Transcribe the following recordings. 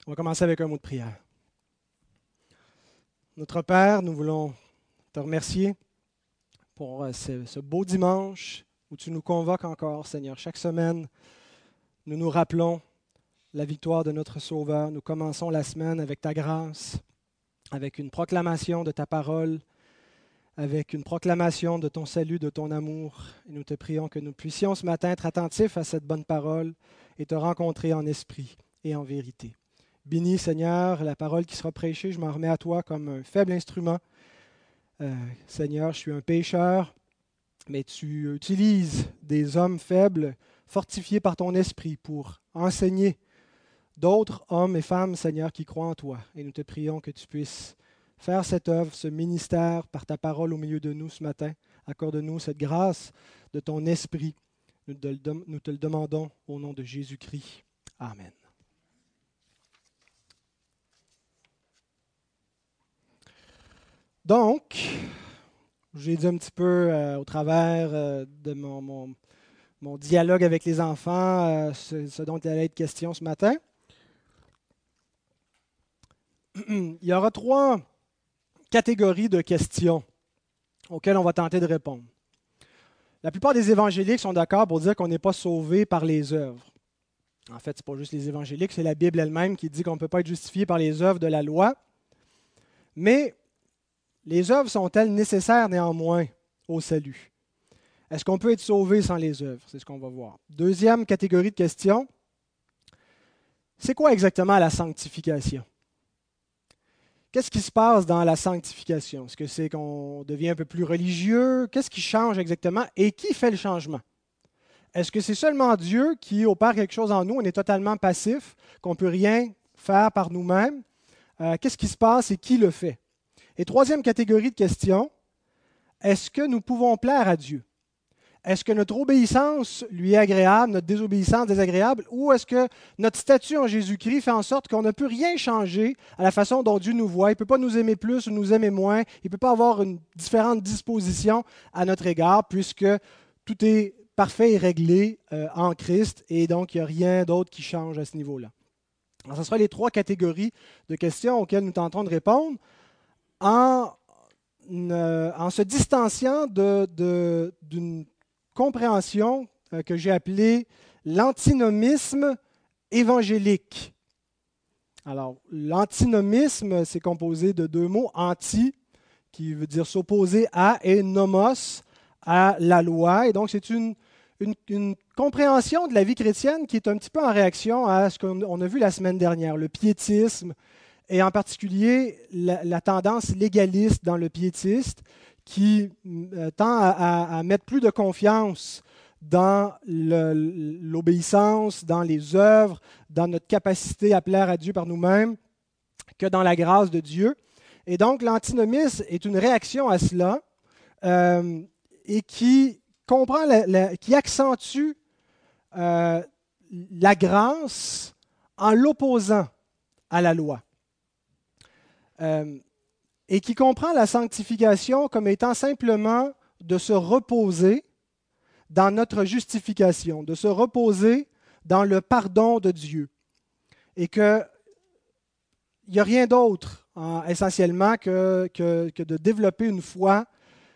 On va commencer avec un mot de prière. Notre Père, nous voulons te remercier pour ce beau dimanche où tu nous convoques encore, Seigneur. Chaque semaine, nous nous rappelons la victoire de notre Sauveur. Nous commençons la semaine avec ta grâce, avec une proclamation de ta parole, avec une proclamation de ton salut, de ton amour. Et nous te prions que nous puissions ce matin être attentifs à cette bonne parole et te rencontrer en esprit et en vérité. Bénis, Seigneur, la parole qui sera prêchée. Je m'en remets à toi comme un faible instrument. Seigneur, je suis un pécheur, mais tu utilises des hommes faibles, fortifiés par ton esprit, pour enseigner d'autres hommes et femmes, Seigneur, qui croient en toi. Et nous te prions que tu puisses faire cette œuvre, ce ministère, par ta parole au milieu de nous ce matin. Accorde-nous cette grâce de ton esprit. Nous te le demandons au nom de Jésus-Christ. Amen. Donc, j'ai dit un petit peu au travers de mon dialogue avec les enfants, ce dont il allait être question ce matin. Il y aura 3 catégories de questions auxquelles on va tenter de répondre. La plupart des évangéliques sont d'accord pour dire qu'on n'est pas sauvé par les œuvres. En fait, ce n'est pas juste les évangéliques, c'est la Bible elle-même qui dit qu'on ne peut pas être justifié par les œuvres de la loi. Mais les œuvres sont-elles nécessaires néanmoins au salut? Est-ce qu'on peut être sauvé sans les œuvres? C'est ce qu'on va voir. Deuxième catégorie de questions, c'est quoi exactement la sanctification? Qu'est-ce qui se passe dans la sanctification? Est-ce que c'est qu'on devient un peu plus religieux? Qu'est-ce qui change exactement? Et qui fait le changement? Est-ce que c'est seulement Dieu qui opère quelque chose en nous? On est totalement passif, qu'on ne peut rien faire par nous-mêmes. Qu'est-ce qui se passe et qui le fait? Et troisième catégorie de questions, est-ce que nous pouvons plaire à Dieu? Est-ce que notre obéissance lui est agréable, notre désobéissance désagréable, ou est-ce que notre statut en Jésus-Christ fait en sorte qu'on ne peut rien changer à la façon dont Dieu nous voit? Il ne peut pas nous aimer plus ou nous aimer moins. Il ne peut pas avoir une différente disposition à notre égard, puisque tout est parfait et réglé en Christ, et donc il n'y a rien d'autre qui change à ce niveau-là. Alors, ce sera les 3 catégories de questions auxquelles nous tenterons de répondre en se distanciant d'une compréhension que j'ai appelée l'antinomisme évangélique. Alors, l'antinomisme, c'est composé de 2 mots, anti, qui veut dire s'opposer à, et nomos, à la loi. Et donc, c'est une compréhension de la vie chrétienne qui est un petit peu en réaction à ce qu'on a vu la semaine dernière, le piétisme, et en particulier la tendance légaliste dans le piétiste, qui tend à mettre plus de confiance dans l'obéissance, dans les œuvres, dans notre capacité à plaire à Dieu par nous-mêmes, que dans la grâce de Dieu. Et donc, l'antinomisme est une réaction à cela et qui comprend, qui accentue la grâce en l'opposant à la loi. Et qui comprend la sanctification comme étant simplement de se reposer dans notre justification, de se reposer dans le pardon de Dieu. Et qu'il n'y a rien d'autre, essentiellement, que de développer une foi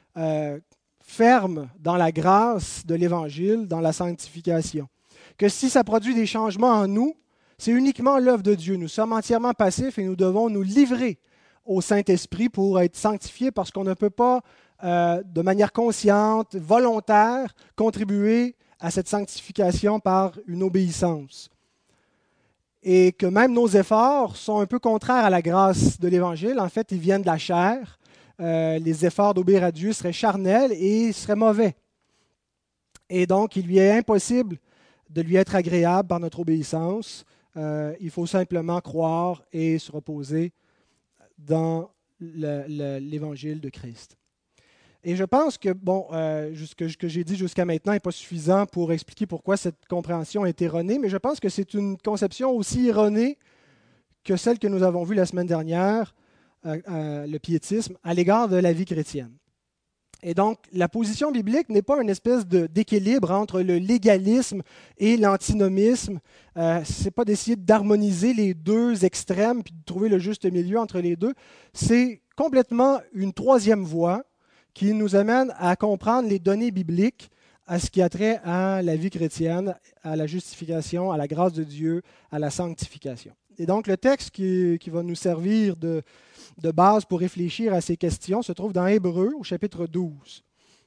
ferme dans la grâce de l'Évangile, dans la sanctification. Que si ça produit des changements en nous, c'est uniquement l'œuvre de Dieu. Nous sommes entièrement passifs et nous devons nous livrer au Saint-Esprit pour être sanctifiés parce qu'on ne peut pas, de manière consciente, volontaire, contribuer à cette sanctification par une obéissance. Et que même nos efforts sont un peu contraires à la grâce de l'Évangile. En fait, ils viennent de la chair. Les efforts d'obéir à Dieu seraient charnels et seraient mauvais. Et donc, il lui est impossible de lui être agréable par notre obéissance. Il faut simplement croire et se reposer dans l'Évangile de Christ. Et je pense que ce que j'ai dit jusqu'à maintenant n'est pas suffisant pour expliquer pourquoi cette compréhension est erronée, mais je pense que c'est une conception aussi erronée que celle que nous avons vue la semaine dernière, le piétisme, à l'égard de la vie chrétienne. Et donc, la position biblique n'est pas une espèce d'équilibre entre le légalisme et l'antinomisme. Ce n'est pas d'essayer d'harmoniser les deux extrêmes puis de trouver le juste milieu entre les deux. C'est complètement une troisième voie qui nous amène à comprendre les données bibliques à ce qui a trait à la vie chrétienne, à la justification, à la grâce de Dieu, à la sanctification. Et donc, le texte qui va nous servir de base pour réfléchir à ces questions se trouve dans Hébreux, au chapitre 12.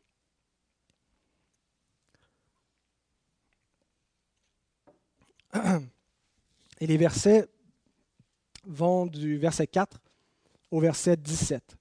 Et les versets vont du verset 4 au verset 17.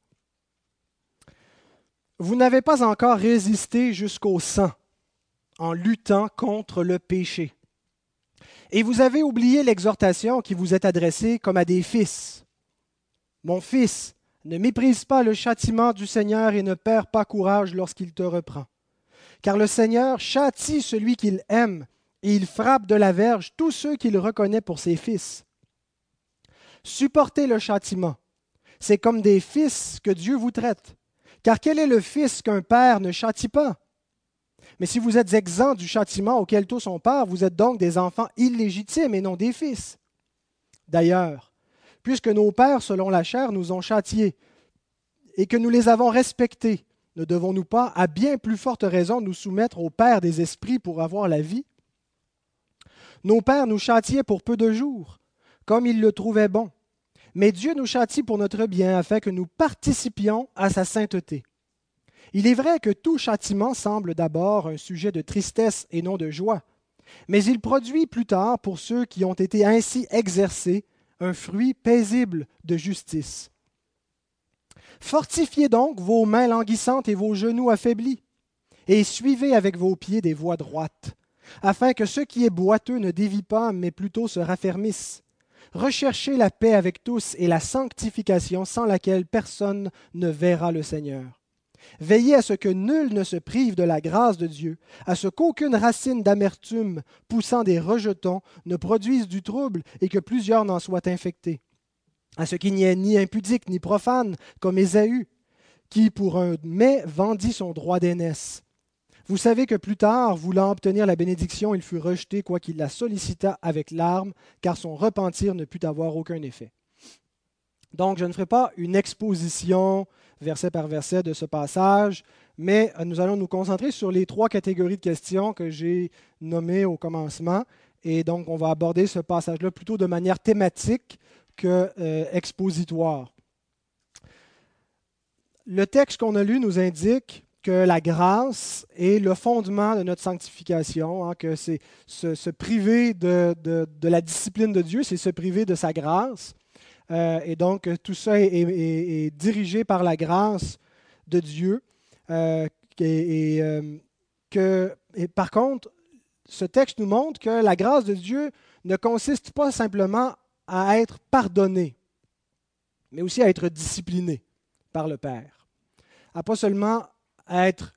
Vous n'avez pas encore résisté jusqu'au sang en luttant contre le péché. Et vous avez oublié l'exhortation qui vous est adressée comme à des fils. Mon fils, ne méprise pas le châtiment du Seigneur et ne perds pas courage lorsqu'il te reprend. Car le Seigneur châtie celui qu'il aime et il frappe de la verge tous ceux qu'il reconnaît pour ses fils. Supportez le châtiment. C'est comme des fils que Dieu vous traite. Car quel est le fils qu'un père ne châtie pas? Mais si vous êtes exempts du châtiment auquel tous sont père, vous êtes donc des enfants illégitimes et non des fils. D'ailleurs, puisque nos pères, selon la chair, nous ont châtiés et que nous les avons respectés, ne devons-nous pas, à bien plus forte raison, nous soumettre au Père des esprits pour avoir la vie? Nos pères nous châtiaient pour peu de jours, comme ils le trouvaient bon. Mais Dieu nous châtie pour notre bien, afin que nous participions à sa sainteté. Il est vrai que tout châtiment semble d'abord un sujet de tristesse et non de joie, mais il produit plus tard, pour ceux qui ont été ainsi exercés, un fruit paisible de justice. Fortifiez donc vos mains languissantes et vos genoux affaiblis, et suivez avec vos pieds des voies droites, afin que ce qui est boiteux ne dévie pas, mais plutôt se raffermisse. Recherchez la paix avec tous et la sanctification sans laquelle personne ne verra le Seigneur. Veillez à ce que nul ne se prive de la grâce de Dieu, à ce qu'aucune racine d'amertume poussant des rejetons ne produise du trouble et que plusieurs n'en soient infectés. À ce qu'il n'y ait ni impudique ni profane comme Ésaü, qui pour un mets vendit son droit d'aînesse. Vous savez que plus tard, voulant obtenir la bénédiction, il fut rejeté, quoiqu'il la sollicita avec larmes, car son repentir ne put avoir aucun effet. Donc, je ne ferai pas une exposition verset par verset de ce passage, mais nous allons nous concentrer sur les trois catégories de questions que j'ai nommées au commencement. Et donc, on va aborder ce passage-là plutôt de manière thématique que expositoire. Le texte qu'on a lu nous indique que la grâce est le fondement de notre sanctification, que c'est se priver de la discipline de Dieu, c'est se priver de sa grâce. Et donc, tout ça est dirigé par la grâce de Dieu. Par contre, ce texte nous montre que la grâce de Dieu ne consiste pas simplement à être pardonné, mais aussi à être discipliné par le Père. À pas seulement à être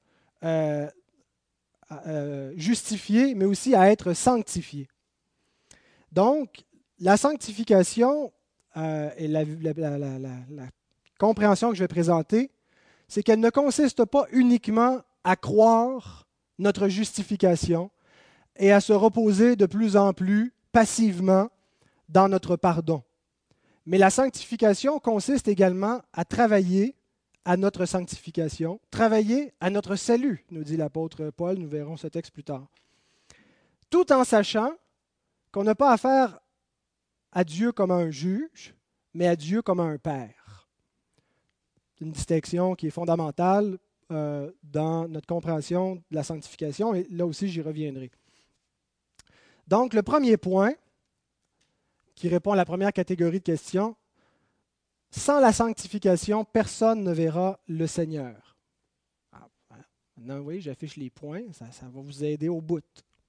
justifié, mais aussi à être sanctifié. Donc, la sanctification et la compréhension que je vais présenter, c'est qu'elle ne consiste pas uniquement à croire notre justification et à se reposer de plus en plus passivement dans notre pardon. Mais la sanctification consiste également à travailler à notre sanctification, travailler à notre salut, nous dit l'apôtre Paul, nous verrons ce texte plus tard. Tout en sachant qu'on n'a pas affaire à Dieu comme un juge, mais à Dieu comme un père. C'est une distinction qui est fondamentale dans notre compréhension de la sanctification, et là aussi j'y reviendrai. Donc le premier point, qui répond à la première catégorie de questions, sans la sanctification, personne ne verra le Seigneur. Maintenant, oui, j'affiche les points, ça va vous aider au bout.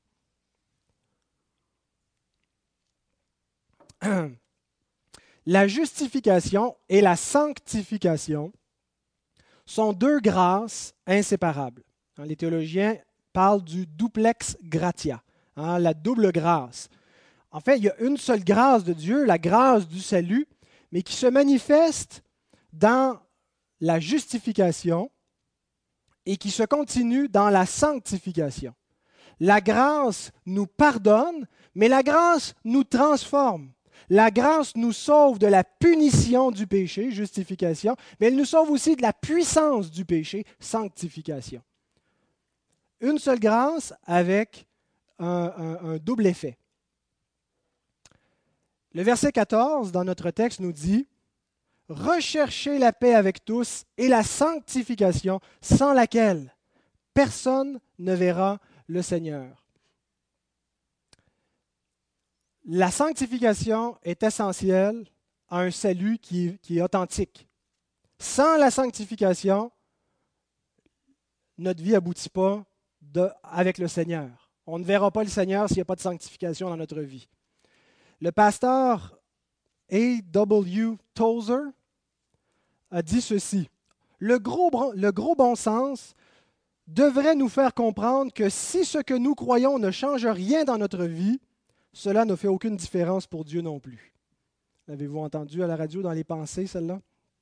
La justification et la sanctification sont deux grâces inséparables. Les théologiens parlent du duplex gratia, la double grâce. En fait, il y a une seule grâce de Dieu, la grâce du salut, mais qui se manifeste dans la justification et qui se continue dans la sanctification. La grâce nous pardonne, mais la grâce nous transforme. La grâce nous sauve de la punition du péché, justification, mais elle nous sauve aussi de la puissance du péché, sanctification. Une seule grâce avec un double effet. Le verset 14 dans notre texte nous dit « Recherchez la paix avec tous et la sanctification, sans laquelle personne ne verra le Seigneur. » La sanctification est essentielle à un salut qui est authentique. Sans la sanctification, notre vie n'aboutit pas avec le Seigneur. On ne verra pas le Seigneur s'il n'y a pas de sanctification dans notre vie. Le pasteur A.W. Tozer a dit ceci. Le gros bon sens devrait nous faire comprendre que si ce que nous croyons ne change rien dans notre vie, cela ne fait aucune différence pour Dieu non plus. L'avez-vous entendu à la radio dans les pensées, celle-là?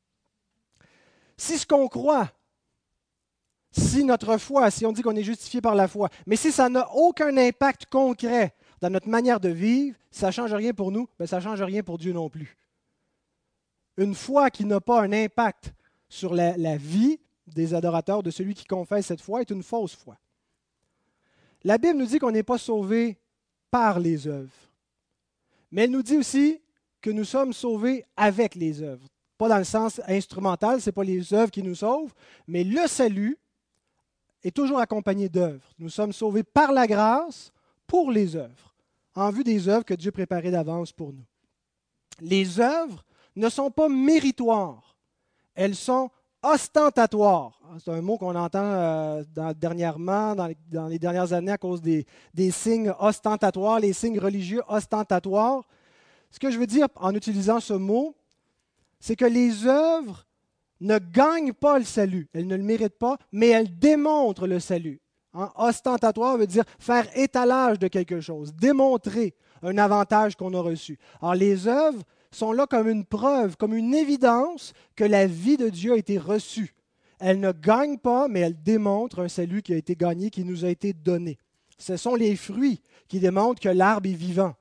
Si ce qu'on croit, si notre foi, si on dit qu'on est justifié par la foi, mais si ça n'a aucun impact concret dans notre manière de vivre, ça ne change rien pour nous, mais ça ne change rien pour Dieu non plus. Une foi qui n'a pas un impact sur la vie des adorateurs, de celui qui confesse cette foi, est une fausse foi. La Bible nous dit qu'on n'est pas sauvé par les œuvres, mais elle nous dit aussi que nous sommes sauvés avec les œuvres. Pas dans le sens instrumental, ce n'est pas les œuvres qui nous sauvent, mais le salut est toujours accompagné d'œuvres. Nous sommes sauvés par la grâce pour les œuvres, en vue des œuvres que Dieu préparait d'avance pour nous. Les œuvres ne sont pas méritoires, elles sont ostentatoires. C'est un mot qu'on entend dernièrement, dans les dernières années, à cause des signes ostentatoires, les signes religieux ostentatoires. Ce que je veux dire en utilisant ce mot, c'est que les œuvres ne gagnent pas le salut. Elles ne le méritent pas, mais elles démontrent le salut. Ostentatoire veut dire faire étalage de quelque chose, démontrer un avantage qu'on a reçu. Alors les œuvres sont là comme une preuve, comme une évidence que la vie de Dieu a été reçue. Elles ne gagnent pas, mais elles démontrent un salut qui a été gagné, qui nous a été donné. Ce sont les fruits qui démontrent que l'arbre est vivant.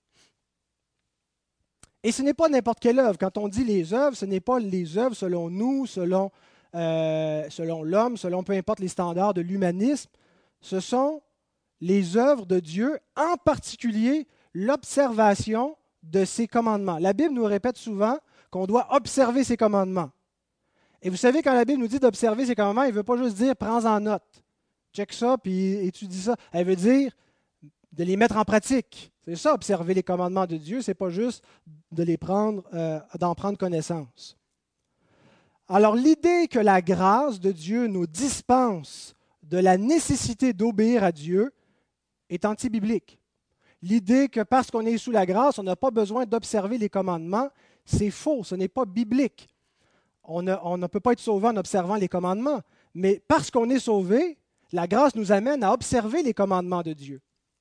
Et ce n'est pas n'importe quelle œuvre. Quand on dit les œuvres, ce n'est pas les œuvres selon nous, selon l'homme, selon peu importe les standards de l'humanisme. Ce sont les œuvres de Dieu, en particulier l'observation de ses commandements. La Bible nous répète souvent qu'on doit observer ses commandements. Et vous savez, quand la Bible nous dit d'observer ses commandements, elle ne veut pas juste dire « prends-en note, check ça, puis étudie ça ». Elle veut dire de les mettre en pratique. C'est ça, observer les commandements de Dieu, ce n'est pas juste de les prendre, d'en prendre connaissance. Alors, l'idée que la grâce de Dieu nous dispense de la nécessité d'obéir à Dieu est anti-biblique. L'idée que parce qu'on est sous la grâce, on n'a pas besoin d'observer les commandements, c'est faux, ce n'est pas biblique. On ne peut pas être sauvé en observant les commandements, mais parce qu'on est sauvé, la grâce nous amène à observer les commandements de Dieu.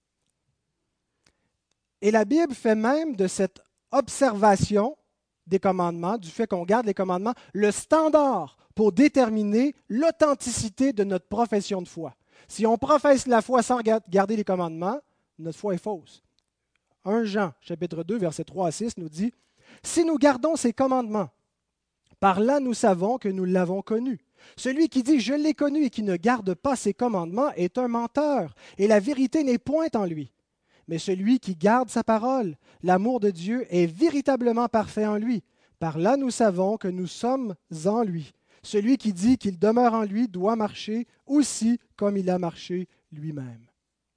Et la Bible fait même de cette observation des commandements, du fait qu'on garde les commandements, le standard pour déterminer l'authenticité de notre profession de foi. Si on professe la foi sans garder les commandements, notre foi est fausse. 1 Jean, chapitre 2, versets 3 à 6 nous dit « Si nous gardons ces commandements, par là nous savons que nous l'avons connu. Celui qui dit « Je l'ai connu » et qui ne garde pas ses commandements est un menteur, et la vérité n'est point en lui. Mais celui qui garde sa parole, l'amour de Dieu est véritablement parfait en lui. Par là nous savons que nous sommes en lui. Celui qui dit qu'il demeure en lui doit marcher aussi comme il a marché lui-même. »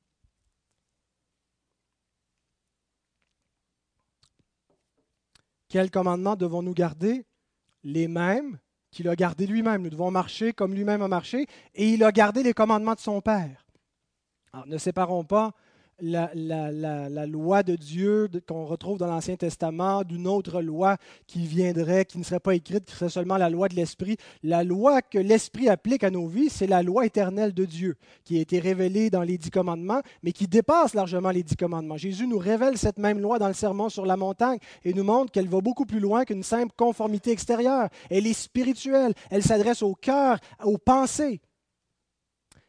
Quels commandements devons-nous garder? Les mêmes qu'il a gardés lui-même. Nous devons marcher comme lui-même a marché, et il a gardé les commandements de son Père. Alors, ne séparons pas la loi de Dieu qu'on retrouve dans l'Ancien Testament d'une autre loi qui viendrait, qui ne serait pas écrite, qui serait seulement la loi de l'Esprit. La loi que l'Esprit applique à nos vies, c'est la loi éternelle de Dieu, qui a été révélée dans les 10 commandements, mais qui dépasse largement les 10 commandements. Jésus nous révèle cette même loi dans le Sermon sur la montagne et nous montre qu'elle va beaucoup plus loin qu'une simple conformité extérieure. Elle est spirituelle, elle s'adresse au cœur, aux pensées.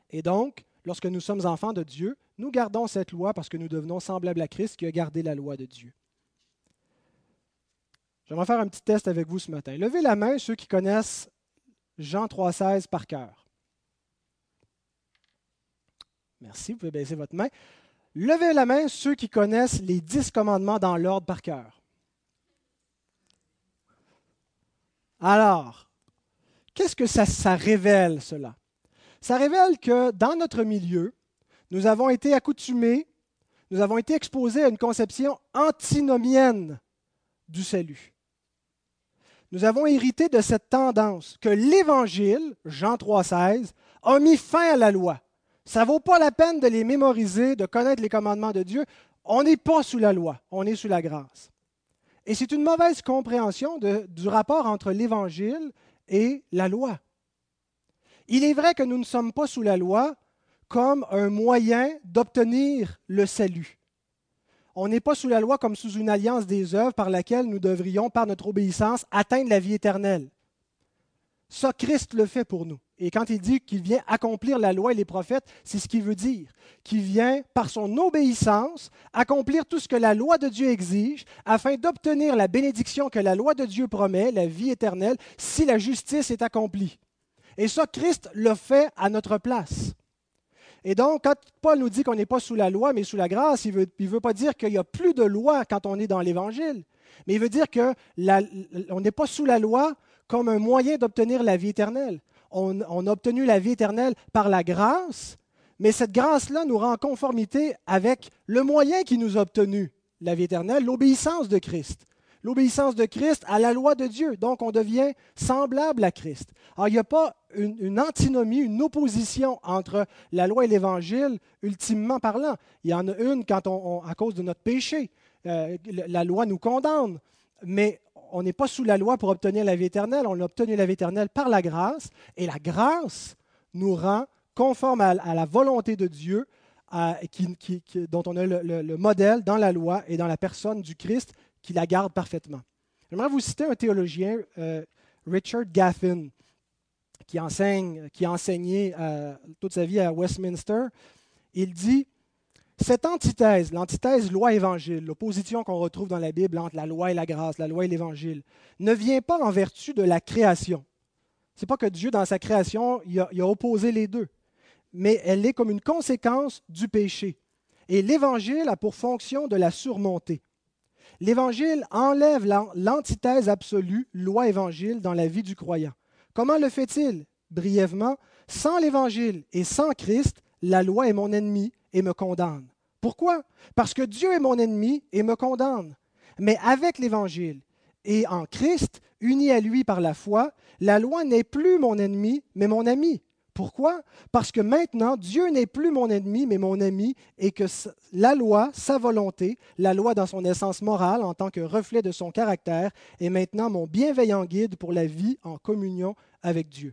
Et donc, lorsque nous sommes enfants de Dieu, nous gardons cette loi parce que nous devenons semblables à Christ qui a gardé la loi de Dieu. J'aimerais faire un petit test avec vous ce matin. Levez la main ceux qui connaissent Jean 3,16 par cœur. Merci, vous pouvez baisser votre main. Levez la main ceux qui connaissent les 10 commandements dans l'ordre par cœur. Alors, qu'est-ce que ça révèle, cela? Ça révèle que dans notre milieu, nous avons été accoutumés, nous avons été exposés à une conception antinomienne du salut. Nous avons hérité de cette tendance que l'Évangile, Jean 3,16, a mis fin à la loi. Ça ne vaut pas la peine de les mémoriser, de connaître les commandements de Dieu. On n'est pas sous la loi, on est sous la grâce. Et c'est une mauvaise compréhension du rapport entre l'Évangile et la loi. Il est vrai que nous ne sommes pas sous la loi comme un moyen d'obtenir le salut. On n'est pas sous la loi comme sous une alliance des œuvres par laquelle nous devrions, par notre obéissance, atteindre la vie éternelle. Ça, Christ le fait pour nous. Et quand il dit qu'il vient accomplir la loi et les prophètes, c'est ce qu'il veut dire. Qu'il vient, par son obéissance, accomplir tout ce que la loi de Dieu exige afin d'obtenir la bénédiction que la loi de Dieu promet, la vie éternelle, si la justice est accomplie. Et ça, Christ le fait à notre place. Et donc, quand Paul nous dit qu'on n'est pas sous la loi, mais sous la grâce, il ne veut pas dire qu'il n'y a plus de loi quand on est dans l'Évangile, mais il veut dire qu'on n'est pas sous la loi comme un moyen d'obtenir la vie éternelle. On a obtenu la vie éternelle par la grâce, mais cette grâce-là nous rend en conformité avec le moyen qui nous a obtenu la vie éternelle, l'obéissance de Christ. L'obéissance de Christ à la loi de Dieu. Donc, on devient semblable à Christ. Alors, il n'y a pas une antinomie, une opposition entre la loi et l'Évangile, ultimement parlant. Il y en a une quand à cause de notre péché. La loi nous condamne, mais on n'est pas sous la loi pour obtenir la vie éternelle. On a obtenu la vie éternelle par la grâce, et la grâce nous rend conformes à la volonté de Dieu, dont on a le modèle dans la loi et dans la personne du Christ, qui la garde parfaitement. J'aimerais vous citer un théologien, Richard Gaffin, qui a enseigné toute sa vie à Westminster. Il dit, cette antithèse, l'antithèse loi-évangile, l'opposition qu'on retrouve dans la Bible entre la loi et la grâce, la loi et l'évangile, ne vient pas en vertu de la création. Ce n'est pas que Dieu, dans sa création, il a opposé les deux, mais elle est comme une conséquence du péché. Et l'évangile a pour fonction de la surmonter. L'Évangile enlève l'antithèse absolue, loi-évangile, dans la vie du croyant. Comment le fait-il? Brièvement, sans l'Évangile et sans Christ, la loi est mon ennemi et me condamne. Pourquoi? Parce que Dieu est mon ennemi et me condamne. Mais avec l'Évangile et en Christ, uni à lui par la foi, la loi n'est plus mon ennemi, mais mon ami. Pourquoi? Parce que maintenant, Dieu n'est plus mon ennemi, mais mon ami, et que la loi, sa volonté, la loi dans son essence morale, en tant que reflet de son caractère, est maintenant mon bienveillant guide pour la vie en communion avec Dieu.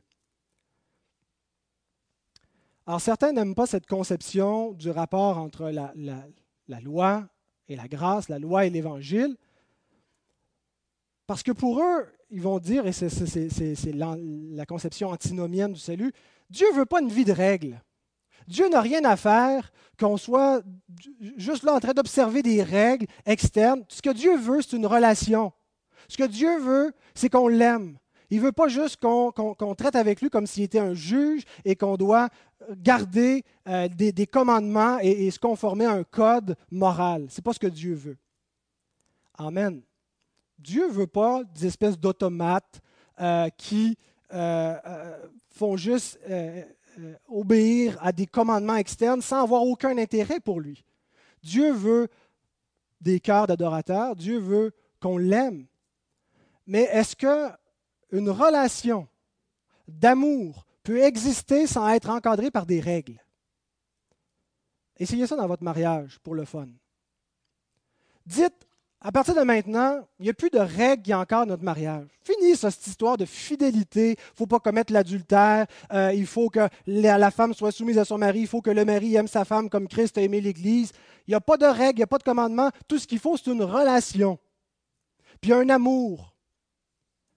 Alors, certains n'aiment pas cette conception du rapport entre la loi et la grâce, la loi et l'Évangile, parce que pour eux, ils vont dire, et c'est la conception antinomienne du salut, Dieu ne veut pas une vie de règles. Dieu n'a rien à faire qu'on soit juste là en train d'observer des règles externes. Ce que Dieu veut, c'est une relation. Ce que Dieu veut, c'est qu'on l'aime. Il ne veut pas juste qu'on traite avec lui comme s'il était un juge et qu'on doit garder des commandements et se conformer à un code moral. Ce n'est pas ce que Dieu veut. Amen. Dieu ne veut pas des espèces d'automates qui font juste obéir à des commandements externes sans avoir aucun intérêt pour lui. Dieu veut des cœurs d'adorateurs, Dieu veut qu'on l'aime. Mais est-ce qu'une relation d'amour peut exister sans être encadrée par des règles? Essayez ça dans votre mariage pour le fun. Dites, à partir de maintenant, il n'y a plus de règles qui encadrent notre mariage. Fini ça, cette histoire de fidélité. Il ne faut pas commettre l'adultère. Il faut que la femme soit soumise à son mari. Il faut que le mari aime sa femme comme Christ a aimé l'Église. Il n'y a pas de règles, il n'y a pas de commandements. Tout ce qu'il faut, c'est une relation. Puis un amour.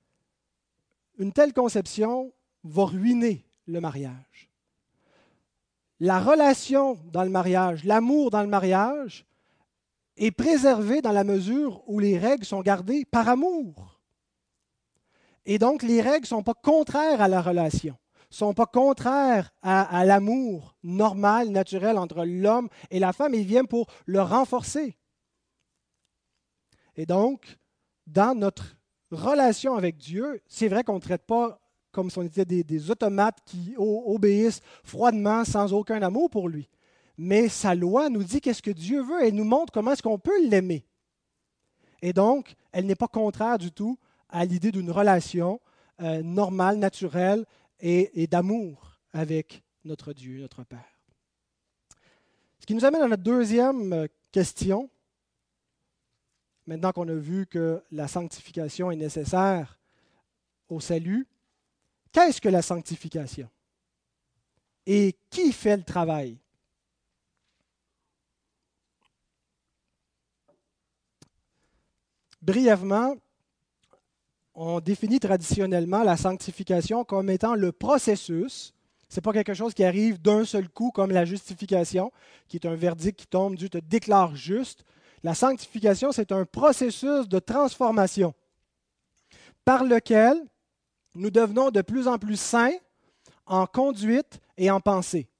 Une telle conception va ruiner le mariage. la relation dans le mariage, l'amour dans le mariage est préservé dans la mesure où les règles sont gardées par amour. Et donc, les règles ne sont pas contraires à la relation, ne sont pas contraires à l'amour normal, naturel entre l'homme et la femme, ils viennent pour le renforcer. Et donc, dans notre relation avec Dieu, c'est vrai qu'on ne traite pas comme si on était des automates qui obéissent froidement, sans aucun amour pour lui. Mais sa loi nous dit qu'est-ce que Dieu veut et nous montre comment est-ce qu'on peut l'aimer. Et donc, elle n'est pas contraire du tout à l'idée d'une relation normale, naturelle et d'amour avec notre Dieu, notre Père. Ce qui nous amène à notre deuxième question. Maintenant qu'on a vu que la sanctification est nécessaire au salut, qu'est-ce que la sanctification? Et qui fait le travail? Brièvement, on définit traditionnellement la sanctification comme étant le processus. Ce n'est pas quelque chose qui arrive d'un seul coup comme la justification, qui est un verdict qui tombe, Dieu te déclare juste. La sanctification, c'est un processus de transformation par lequel nous devenons de plus en plus saints en conduite et en pensée.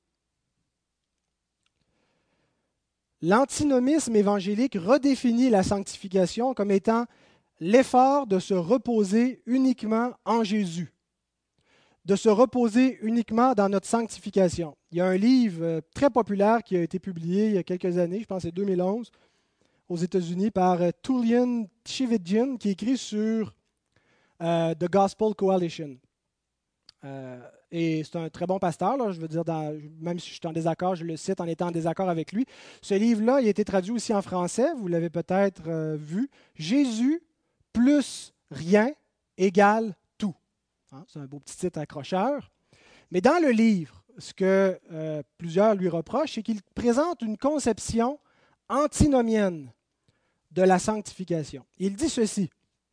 L'antinomisme évangélique redéfinit la sanctification comme étant l'effort de se reposer uniquement en Jésus, de se reposer uniquement dans notre sanctification. Il y a un livre très populaire qui a été publié il y a quelques années, je pense que c'est 2011, aux États-Unis, par Tullian Tchividjian, qui écrit sur The Gospel Coalition. Et c'est un très bon pasteur, là, je veux dire, même si je suis en désaccord, je le cite en étant en désaccord avec lui. Ce livre-là, il a été traduit aussi en français, vous l'avez peut-être vu. Jésus plus rien égale tout. Hein, c'est un beau petit titre accrocheur. Mais dans le livre, ce que plusieurs lui reprochent, c'est qu'il présente une conception antinomienne de la sanctification. Il dit ceci.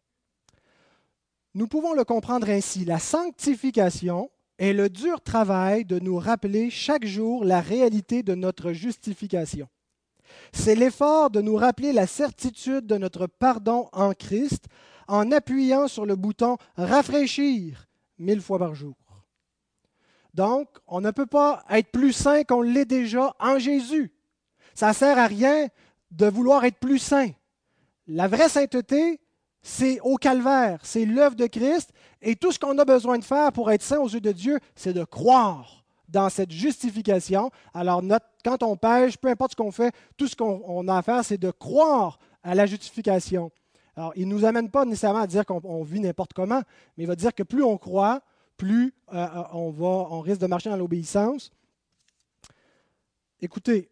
Nous pouvons le comprendre ainsi. La sanctification est le dur travail de nous rappeler chaque jour la réalité de notre justification. C'est l'effort de nous rappeler la certitude de notre pardon en Christ en appuyant sur le bouton « Rafraîchir » 1000 fois par jour. Donc, on ne peut pas être plus saint qu'on l'est déjà en Jésus. Ça ne sert à rien de vouloir être plus saint. La vraie sainteté, c'est au calvaire, c'est l'œuvre de Christ, et tout ce qu'on a besoin de faire pour être saint aux yeux de Dieu, c'est de croire dans cette justification. Alors, quand on pêche, peu importe ce qu'on fait, tout ce qu'on a à faire, c'est de croire à la justification. Alors, il ne nous amène pas nécessairement à dire qu'on vit n'importe comment, mais il va dire que plus on croit, plus on risque de marcher dans l'obéissance. Écoutez,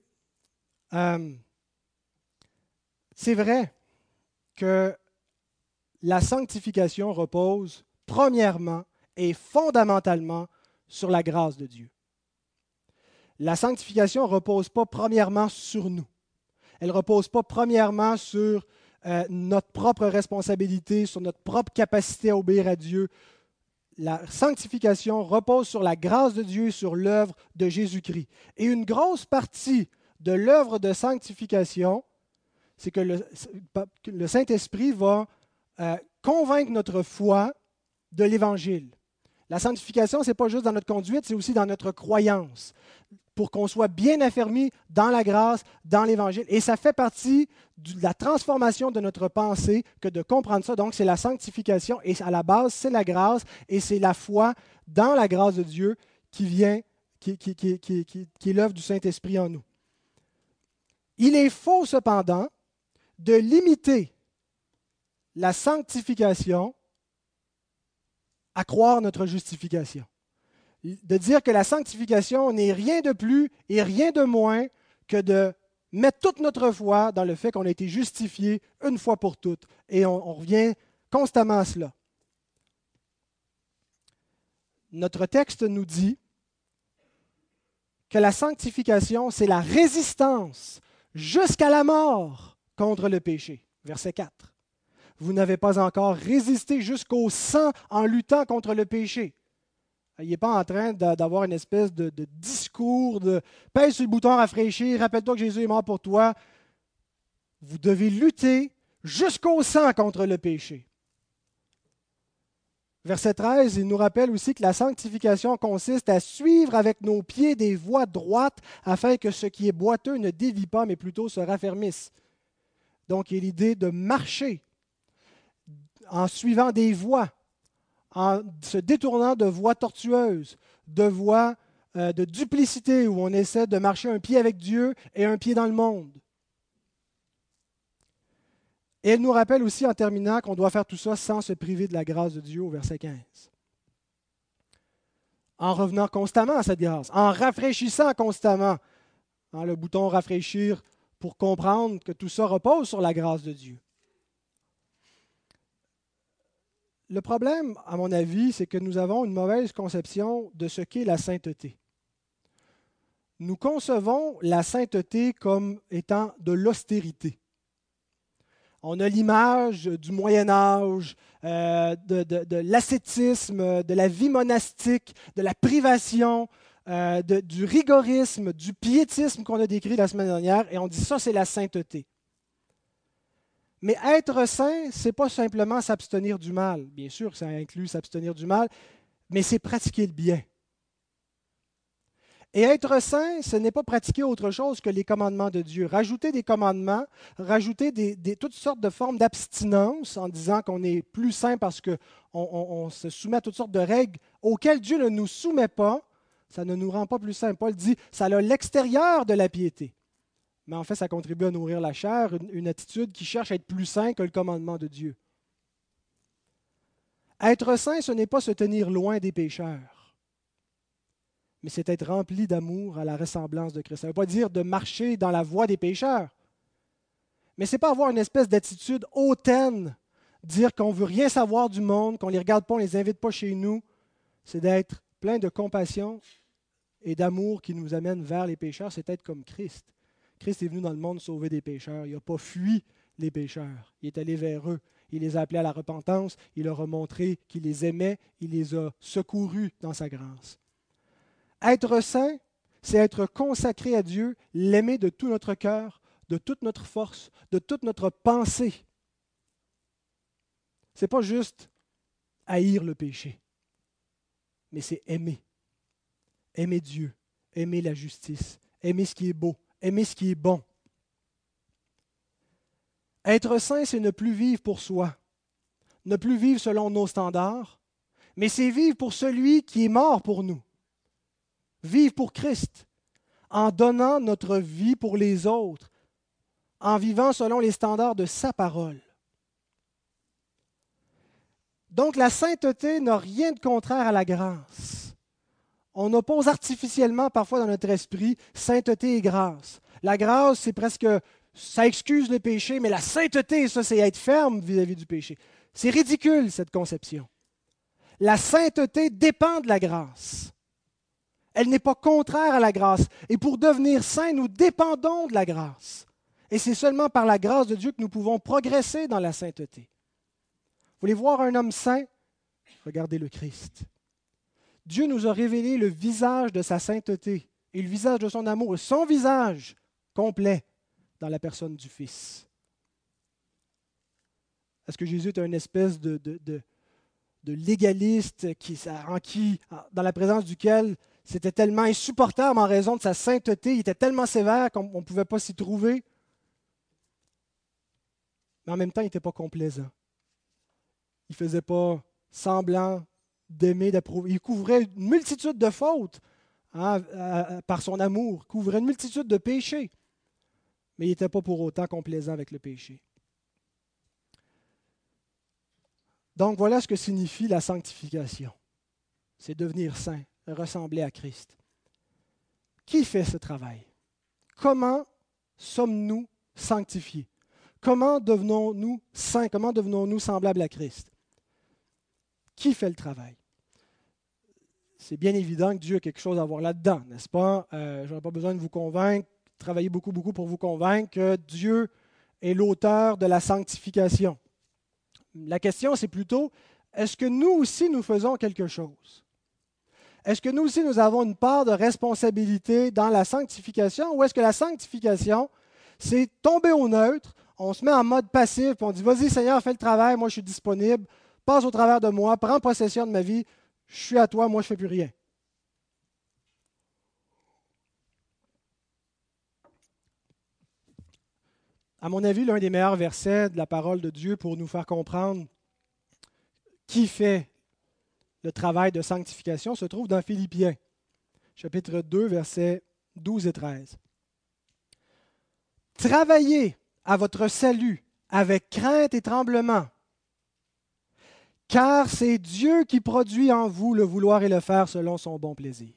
c'est vrai que la sanctification repose premièrement et fondamentalement sur la grâce de Dieu. La sanctification ne repose pas premièrement sur nous. Elle ne repose pas premièrement sur notre propre responsabilité, sur notre propre capacité à obéir à Dieu. La sanctification repose sur la grâce de Dieu et sur l'œuvre de Jésus-Christ. Et une grosse partie de l'œuvre de sanctification, c'est que le Saint-Esprit va convaincre notre foi de l'Évangile. La sanctification, ce n'est pas juste dans notre conduite, c'est aussi dans notre croyance, pour qu'on soit bien affermi dans la grâce, dans l'Évangile. Et ça fait partie de la transformation de notre pensée que de comprendre ça. Donc, c'est la sanctification, et à la base, c'est la grâce, et c'est la foi dans la grâce de Dieu qui vient, qui est l'œuvre du Saint-Esprit en nous. Il est faux, cependant, de limiter la sanctification à croire notre justification. De dire que la sanctification n'est rien de plus et rien de moins que de mettre toute notre foi dans le fait qu'on a été justifié une fois pour toutes. Et on revient constamment à cela. Notre texte nous dit que la sanctification, c'est la résistance jusqu'à la mort contre le péché. Verset 4. Vous n'avez pas encore résisté jusqu'au sang en luttant contre le péché. Il n'est pas en train d'avoir une espèce de discours de pèse sur le bouton rafraîchir, rappelle-toi que Jésus est mort pour toi. Vous devez lutter jusqu'au sang contre le péché. Verset 13, il nous rappelle aussi que la sanctification consiste à suivre avec nos pieds des voies droites afin que ce qui est boiteux ne dévie pas, mais plutôt se raffermisse. Donc, il y a l'idée de marcher en suivant des voies, en se détournant de voies tortueuses, de voies de duplicité où on essaie de marcher un pied avec Dieu et un pied dans le monde. Et elle nous rappelle aussi en terminant qu'on doit faire tout ça sans se priver de la grâce de Dieu au verset 15. En revenant constamment à cette grâce, en rafraîchissant constamment, le bouton rafraîchir pour comprendre que tout ça repose sur la grâce de Dieu. Le problème, à mon avis, c'est que nous avons une mauvaise conception de ce qu'est la sainteté. Nous concevons la sainteté comme étant de l'austérité. On a l'image du Moyen Âge, de l'ascétisme, de la vie monastique, de la privation, du rigorisme, du piétisme qu'on a décrit la semaine dernière, et on dit ça, c'est la sainteté. Mais être saint, ce n'est pas simplement s'abstenir du mal. Bien sûr, ça inclut s'abstenir du mal, mais c'est pratiquer le bien. Et être saint, ce n'est pas pratiquer autre chose que les commandements de Dieu. Rajouter des commandements, rajouter toutes sortes de formes d'abstinence en disant qu'on est plus saint parce qu'on se soumet à toutes sortes de règles auxquelles Dieu ne nous soumet pas, ça ne nous rend pas plus saints. Paul dit, ça a l'extérieur de la piété. Mais en fait, ça contribue à nourrir la chair, une attitude qui cherche à être plus saint que le commandement de Dieu. Être saint, ce n'est pas se tenir loin des pécheurs, mais c'est être rempli d'amour à la ressemblance de Christ. Ça ne veut pas dire de marcher dans la voie des pécheurs, mais ce n'est pas avoir une espèce d'attitude hautaine, dire qu'on ne veut rien savoir du monde, qu'on ne les regarde pas, on ne les invite pas chez nous. C'est d'être plein de compassion et d'amour qui nous amène vers les pécheurs. C'est être comme Christ. Christ est venu dans le monde sauver des pécheurs. Il n'a pas fui les pécheurs. Il est allé vers eux. Il les a appelés à la repentance. Il leur a montré qu'il les aimait. Il les a secourus dans sa grâce. Être saint, c'est être consacré à Dieu, l'aimer de tout notre cœur, de toute notre force, de toute notre pensée. Ce n'est pas juste haïr le péché, mais c'est aimer. Aimer Dieu, aimer la justice, aimer ce qui est beau, aimer ce qui est bon. Être saint, c'est ne plus vivre pour soi, ne plus vivre selon nos standards, mais c'est vivre pour celui qui est mort pour nous. Vivre pour Christ, en donnant notre vie pour les autres, en vivant selon les standards de sa parole. Donc la sainteté n'a rien de contraire à la grâce. On oppose artificiellement parfois dans notre esprit sainteté et grâce. La grâce, c'est presque, ça excuse le péché, mais la sainteté, ça, c'est être ferme vis-à-vis du péché. C'est ridicule, cette conception. La sainteté dépend de la grâce. Elle n'est pas contraire à la grâce. Et pour devenir saints, nous dépendons de la grâce. Et c'est seulement par la grâce de Dieu que nous pouvons progresser dans la sainteté. Vous voulez voir un homme saint? Regardez le Christ. Dieu nous a révélé le visage de sa sainteté et le visage de son amour, son visage complet dans la personne du Fils. Est-ce que Jésus est une espèce de légaliste dans la présence duquel c'était tellement insupportable en raison de sa sainteté, il était tellement sévère qu'on ne pouvait pas s'y trouver? Mais en même temps, il n'était pas complaisant. Il ne faisait pas semblant d'aimer, d'approuver. Il couvrait une multitude de fautes par son amour, il couvrait une multitude de péchés, mais il n'était pas pour autant complaisant avec le péché. Donc voilà ce que signifie la sanctification. C'est devenir saint, ressembler à Christ. Qui fait ce travail? Comment sommes-nous sanctifiés? Comment devenons-nous saints? Comment devenons-nous semblables à Christ? Qui fait le travail? C'est bien évident que Dieu a quelque chose à voir là-dedans, n'est-ce pas? Je n'aurai pas besoin de vous convaincre, travailler beaucoup pour vous convaincre que Dieu est l'auteur de la sanctification. La question, c'est plutôt, est-ce que nous aussi, nous faisons quelque chose? est-ce que nous aussi, nous avons une part de responsabilité dans la sanctification ou est-ce que la sanctification, c'est tomber au neutre, on se met en mode passif, puis on dit, vas-y Seigneur, fais le travail, moi je suis disponible, passe au travers de moi, prends possession de ma vie, je suis à toi, moi je ne fais plus rien. À mon avis, l'un des meilleurs versets de la parole de Dieu pour nous faire comprendre qui fait le travail de sanctification se trouve dans Philippiens, chapitre 2, versets 12 et 13. Travaillez à votre salut avec crainte et tremblement, car c'est Dieu qui produit en vous le vouloir et le faire selon son bon plaisir.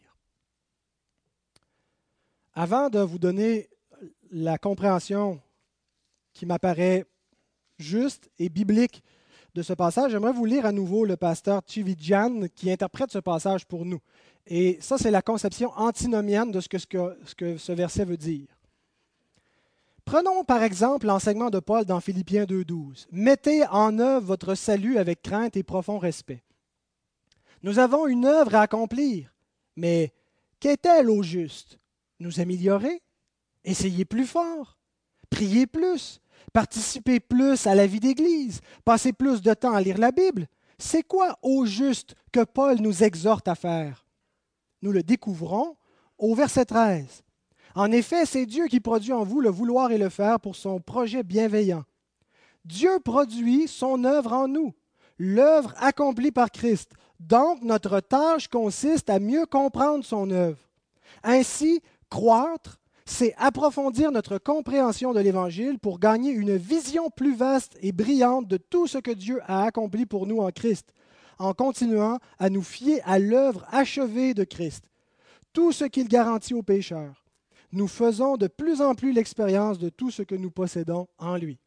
Avant de vous donner la compréhension qui m'apparaît juste et biblique de ce passage, j'aimerais vous lire à nouveau le pasteur Tchividjian qui interprète ce passage pour nous. Et ça, c'est la conception antinomienne de ce que ce verset veut dire. Prenons par exemple l'enseignement de Paul dans Philippiens 2,12. « Mettez en œuvre votre salut avec crainte et profond respect. » Nous avons une œuvre à accomplir, mais qu'est-elle au juste? Nous améliorer? Essayer plus fort? Prier plus? Participer plus à la vie d'Église? Passer plus de temps à lire la Bible? C'est quoi au juste que Paul nous exhorte à faire? Nous le découvrons au verset 13. En effet, c'est Dieu qui produit en vous le vouloir et le faire pour son projet bienveillant. Dieu produit son œuvre en nous, l'œuvre accomplie par Christ. Donc, notre tâche consiste à mieux comprendre son œuvre. Ainsi, croître, c'est approfondir notre compréhension de l'Évangile pour gagner une vision plus vaste et brillante de tout ce que Dieu a accompli pour nous en Christ, en continuant à nous fier à l'œuvre achevée de Christ, tout ce qu'il garantit aux pécheurs. Nous faisons de plus en plus l'expérience de tout ce que nous possédons en lui.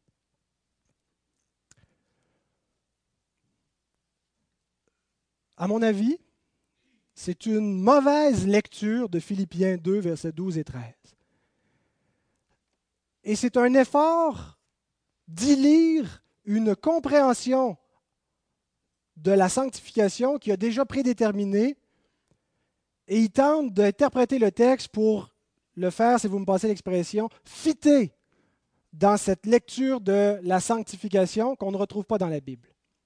À mon avis, c'est une mauvaise lecture de Philippiens 2, versets 12 et 13. Et c'est un effort d'y lire une compréhension de la sanctification qui a déjà prédéterminé et il tente d'interpréter le texte pour le faire, si vous me passez l'expression, fitter dans cette lecture de la sanctification qu'on ne retrouve pas dans la Bible.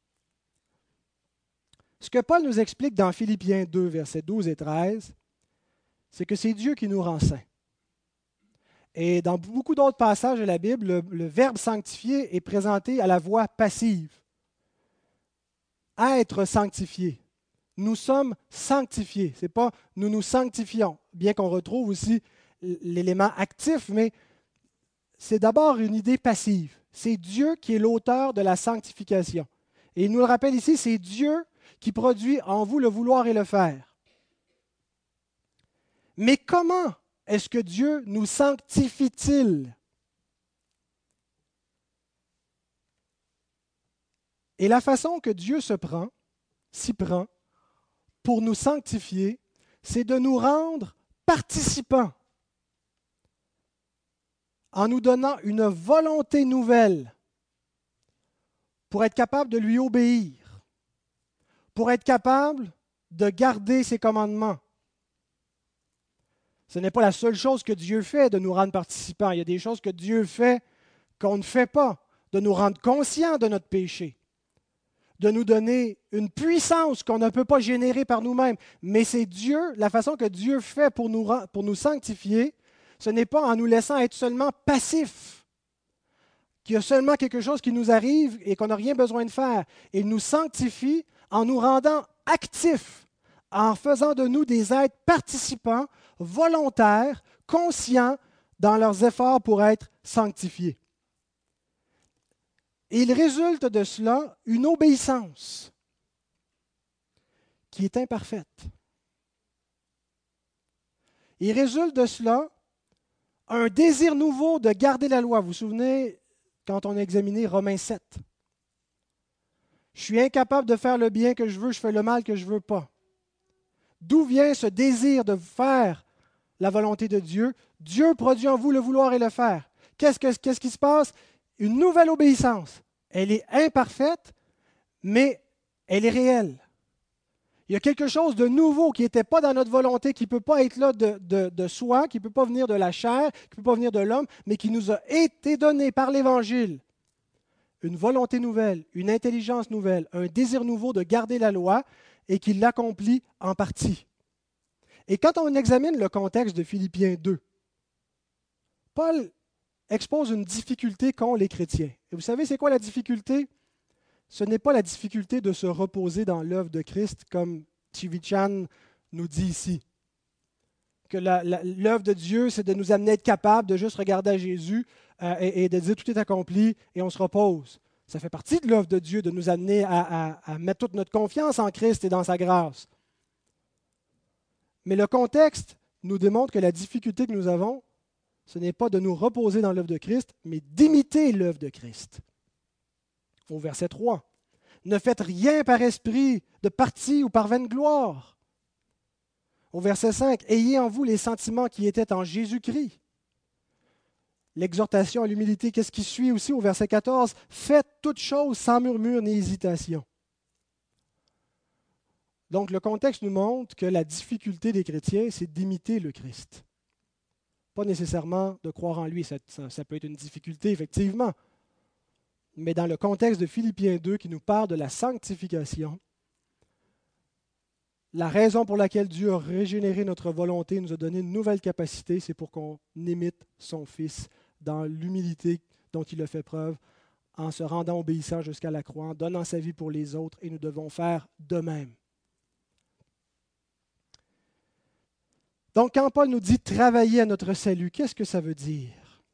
Ce que Paul nous explique dans Philippiens 2, versets 12 et 13, c'est que c'est Dieu qui nous rend saints. Et dans beaucoup d'autres passages de la Bible, le verbe sanctifier est présenté à la voix passive. Être sanctifié. Nous sommes sanctifiés. Ce n'est pas nous nous sanctifions, bien qu'on retrouve aussi l'élément actif, mais c'est d'abord une idée passive. C'est Dieu qui est l'auteur de la sanctification. Et il nous le rappelle ici, c'est Dieu qui produit en vous le vouloir et le faire. Mais comment est-ce que Dieu nous sanctifie-t-il? Et la façon que Dieu s'y prend pour nous sanctifier, c'est de nous rendre participants en nous donnant une volonté nouvelle pour être capable de lui obéir, pour être capable de garder ses commandements. Ce n'est pas la seule chose que Dieu fait de nous rendre participants. Il y a des choses que Dieu fait qu'on ne fait pas, de nous rendre conscients de notre péché, de nous donner une puissance qu'on ne peut pas générer par nous-mêmes. Mais c'est Dieu, la façon que Dieu fait pour nous sanctifier, ce n'est pas en nous laissant être seulement passifs, qu'il y a seulement quelque chose qui nous arrive et qu'on n'a rien besoin de faire. Il nous sanctifie en nous rendant actifs, en faisant de nous des êtres participants, volontaires, conscients dans leurs efforts pour être sanctifiés. Et il résulte de cela une obéissance qui est imparfaite. Il résulte de cela un désir nouveau de garder la loi. Vous vous souvenez quand on a examiné Romains 7? Je suis incapable de faire le bien que je veux, je fais le mal que je ne veux pas. D'où vient ce désir de faire la volonté de Dieu? Dieu produit en vous le vouloir et le faire. Qu'est-ce qui se passe? Une nouvelle obéissance. Elle est imparfaite, mais elle est réelle. Il y a quelque chose de nouveau qui n'était pas dans notre volonté, qui ne peut pas être là de soi, qui ne peut pas venir de la chair, qui ne peut pas venir de l'homme, mais qui nous a été donné par l'Évangile. Une volonté nouvelle, une intelligence nouvelle, un désir nouveau de garder la loi et qui l'accomplit en partie. Et quand on examine le contexte de Philippiens 2, Paul expose une difficulté qu'ont les chrétiens. Et vous savez, c'est quoi la difficulté? Ce n'est pas la difficulté de se reposer dans l'œuvre de Christ, comme Chivichan nous dit ici. Que l'œuvre de Dieu, c'est de nous amener à être capables de juste regarder à Jésus et de dire tout est accompli et on se repose. Ça fait partie de l'œuvre de Dieu de nous amener à mettre toute notre confiance en Christ et dans sa grâce. Mais le contexte nous démontre que la difficulté que nous avons, ce n'est pas de nous reposer dans l'œuvre de Christ, mais d'imiter l'œuvre de Christ. Au verset 3, ne faites rien par esprit de parti ou par vaine gloire. Au verset 5, ayez en vous les sentiments qui étaient en Jésus-Christ. L'exhortation à l'humilité, qu'est-ce qui suit aussi au verset 14? Faites toutes choses sans murmure ni hésitation. Donc le contexte nous montre que la difficulté des chrétiens, c'est d'imiter le Christ. Pas nécessairement de croire en lui, ça peut être une difficulté, effectivement. Mais dans le contexte de Philippiens 2 qui nous parle de la sanctification, la raison pour laquelle Dieu a régénéré notre volonté, nous a donné une nouvelle capacité, c'est pour qu'on imite son Fils dans l'humilité dont il a fait preuve, en se rendant obéissant jusqu'à la croix, en donnant sa vie pour les autres, et nous devons faire de même. Donc quand Paul nous dit « travailler à notre salut », qu'est-ce que ça veut dire?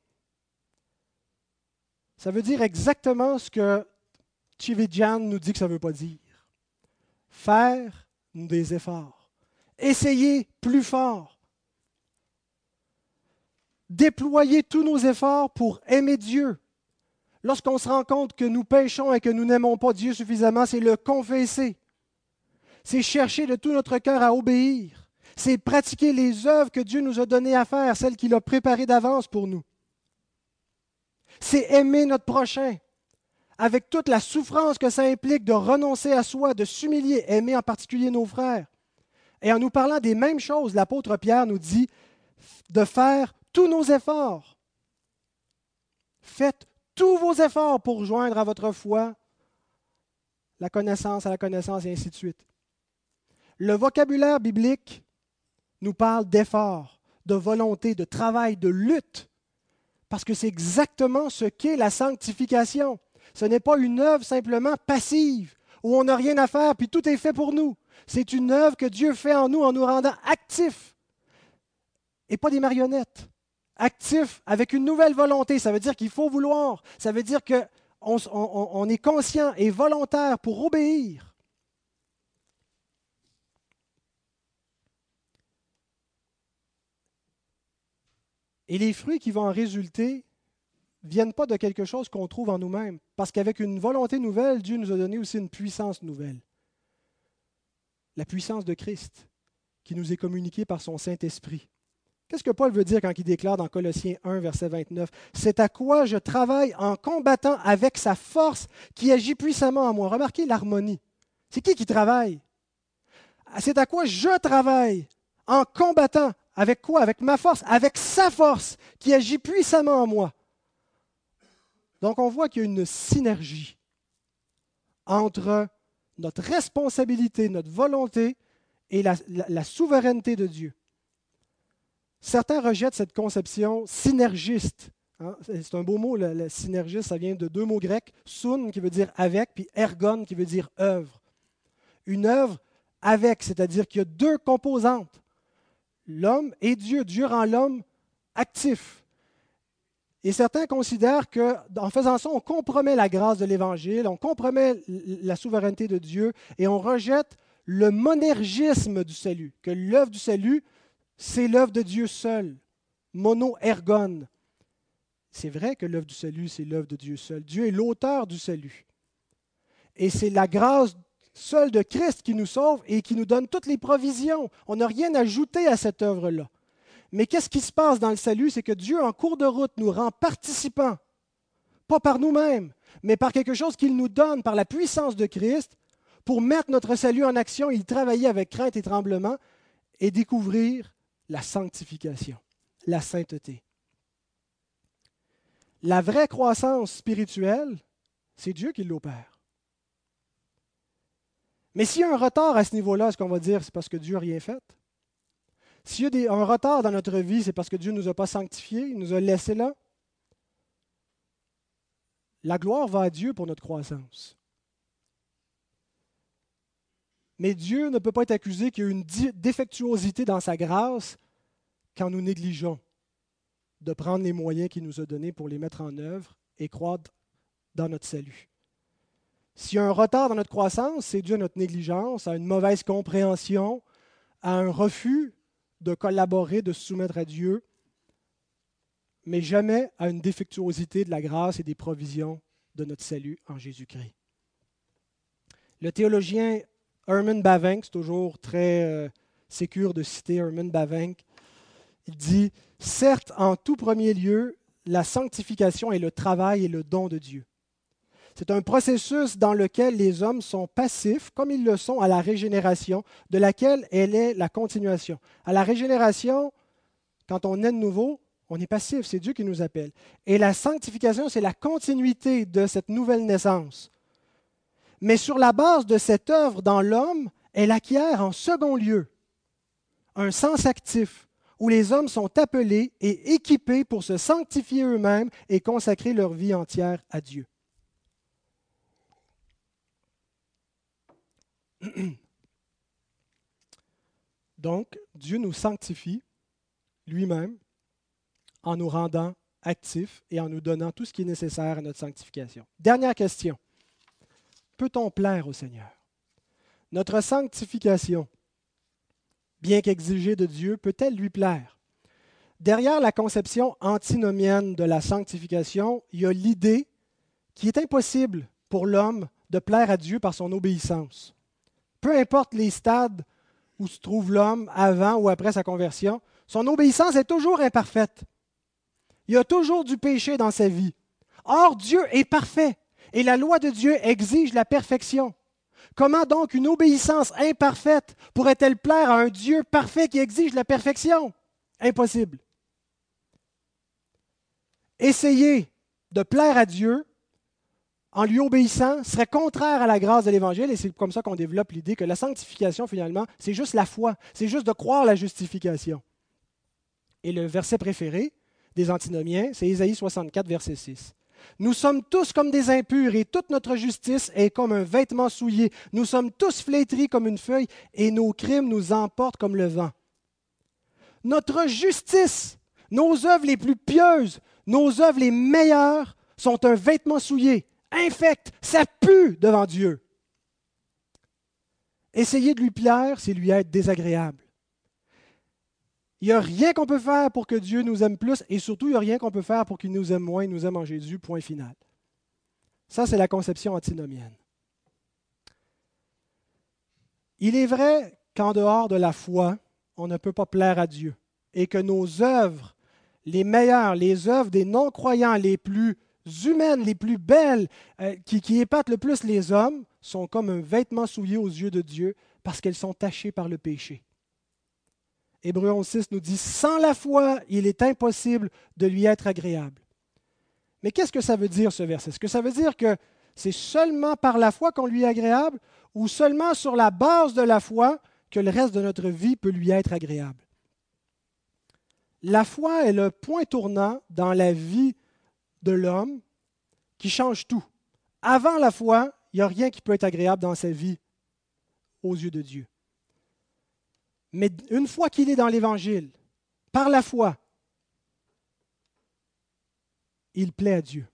Ça veut dire exactement ce que Chivichan nous dit que ça ne veut pas dire. Faire des efforts. Essayer plus fort. Déployer tous nos efforts pour aimer Dieu. Lorsqu'on se rend compte que nous péchons et que nous n'aimons pas Dieu suffisamment, c'est le confesser. C'est chercher de tout notre cœur à obéir. C'est pratiquer les œuvres que Dieu nous a données à faire, celles qu'il a préparées d'avance pour nous. C'est aimer notre prochain, avec toute la souffrance que ça implique de renoncer à soi, de s'humilier, aimer en particulier nos frères. Et en nous parlant des mêmes choses, l'apôtre Pierre nous dit de faire tous nos efforts. Faites tous vos efforts pour joindre à votre foi la connaissance à la connaissance et ainsi de suite. Le vocabulaire biblique nous parle d'effort, de volonté, de travail, de lutte, parce que c'est exactement ce qu'est la sanctification. Ce n'est pas une œuvre simplement passive, où on n'a rien à faire, puis tout est fait pour nous. C'est une œuvre que Dieu fait en nous rendant actifs, et pas des marionnettes. Actifs avec une nouvelle volonté, ça veut dire qu'il faut vouloir, ça veut dire qu'on est conscient et volontaire pour obéir. Et les fruits qui vont en résulter ne viennent pas de quelque chose qu'on trouve en nous-mêmes, parce qu'avec une volonté nouvelle, Dieu nous a donné aussi une puissance nouvelle. La puissance de Christ, qui nous est communiquée par son Saint-Esprit. Qu'est-ce que Paul veut dire quand il déclare dans Colossiens 1, verset 29? « C'est à quoi je travaille en combattant avec sa force qui agit puissamment en moi. » Remarquez l'harmonie. C'est qui travaille? C'est à quoi je travaille en combattant. Avec quoi? Avec ma force, avec sa force qui agit puissamment en moi. Donc on voit qu'il y a une synergie entre notre responsabilité, notre volonté et la souveraineté de Dieu. Certains rejettent cette conception synergiste. C'est un beau mot, le synergiste, ça vient de deux mots grecs, sun qui veut dire avec, puis ergon qui veut dire œuvre. Une œuvre avec, c'est-à-dire qu'il y a deux composantes. L'homme et Dieu. Dieu rend l'homme actif. Et certains considèrent qu'en faisant ça, on compromet la grâce de l'Évangile, on compromet la souveraineté de Dieu et on rejette le monergisme du salut, que l'œuvre du salut, c'est l'œuvre de Dieu seul, mono-ergon. C'est vrai que l'œuvre du salut, c'est l'œuvre de Dieu seul. Dieu est l'auteur du salut. Et c'est la grâce seule de Christ qui nous sauve et qui nous donne toutes les provisions. On n'a rien à ajouter à cette œuvre-là. Mais qu'est-ce qui se passe dans le salut? C'est que Dieu, en cours de route, nous rend participants, pas par nous-mêmes, mais par quelque chose qu'il nous donne, par la puissance de Christ, pour mettre notre salut en action, il travaillait avec crainte et tremblement et découvrir la sanctification, la sainteté. La vraie croissance spirituelle, c'est Dieu qui l'opère. Mais s'il y a un retard à ce niveau-là, est-ce qu'on va dire que c'est parce que Dieu n'a rien fait? S'il y a un retard dans notre vie, c'est parce que Dieu ne nous a pas sanctifiés, il nous a laissés là? La gloire va à Dieu pour notre croissance. Mais Dieu ne peut pas être accusé qu'il y a une défectuosité dans sa grâce quand nous négligeons de prendre les moyens qu'il nous a donnés pour les mettre en œuvre et croître dans notre salut. S'il y a un retard dans notre croissance, c'est dû à notre négligence, à une mauvaise compréhension, à un refus de collaborer, de se soumettre à Dieu, mais jamais à une défectuosité de la grâce et des provisions de notre salut en Jésus-Christ. Le théologien Herman Bavinck, c'est toujours très sécure de citer Herman Bavinck, il dit « Certes, en tout premier lieu, la sanctification est le travail et le don de Dieu. C'est un processus dans lequel les hommes sont passifs, comme ils le sont à la régénération, de laquelle elle est la continuation. À la régénération, quand on est de nouveau, on est passif, c'est Dieu qui nous appelle. Et la sanctification, c'est la continuité de cette nouvelle naissance. Mais sur la base de cette œuvre dans l'homme, elle acquiert en second lieu un sens actif, où les hommes sont appelés et équipés pour se sanctifier eux-mêmes et consacrer leur vie entière à Dieu. Donc, Dieu nous sanctifie lui-même en nous rendant actifs et en nous donnant tout ce qui est nécessaire à notre sanctification. Dernière question. Peut-on plaire au Seigneur? Notre sanctification, bien qu'exigée de Dieu, peut-elle lui plaire? Derrière la conception antinomienne de la sanctification, il y a l'idée qu'il est impossible pour l'homme de plaire à Dieu par son obéissance. Peu importe les stades où se trouve l'homme avant ou après sa conversion, son obéissance est toujours imparfaite. Il y a toujours du péché dans sa vie. Or, Dieu est parfait et la loi de Dieu exige la perfection. Comment donc une obéissance imparfaite pourrait-elle plaire à un Dieu parfait qui exige la perfection? Impossible. Essayer de plaire à Dieu en lui obéissant serait contraire à la grâce de l'Évangile, et c'est comme ça qu'on développe l'idée que la sanctification, finalement, c'est juste la foi, c'est juste de croire la justification. Et le verset préféré des antinomiens, c'est Ésaïe 64, verset 6. « Nous sommes tous comme des impurs, et toute notre justice est comme un vêtement souillé. Nous sommes tous flétris comme une feuille, et nos crimes nous emportent comme le vent. » Notre justice, nos œuvres les plus pieuses, nos œuvres les meilleures sont un vêtement souillé, infect, ça pue devant Dieu. Essayer de lui plaire, c'est lui être désagréable. Il n'y a rien qu'on peut faire pour que Dieu nous aime plus, et surtout, il n'y a rien qu'on peut faire pour qu'il nous aime moins, il nous aime en Jésus, point final. Ça, c'est la conception antinomienne. Il est vrai qu'en dehors de la foi, on ne peut pas plaire à Dieu, et que nos œuvres, les meilleures, les œuvres des non-croyants les plus humaines, les plus belles, qui épatent le plus les hommes, sont comme un vêtement souillé aux yeux de Dieu parce qu'elles sont tachées par le péché. Hébreux 11.6 nous dit « Sans la foi, il est impossible de lui être agréable. » Mais qu'est-ce que ça veut dire, ce verset? Est-ce que ça veut dire que c'est seulement par la foi qu'on lui est agréable ou seulement sur la base de la foi que le reste de notre vie peut lui être agréable? La foi est le point tournant dans la vie de l'homme qui change tout. Avant la foi, il n'y a rien qui peut être agréable dans sa vie aux yeux de Dieu. Mais une fois qu'il est dans l'Évangile, par la foi, il plaît à Dieu.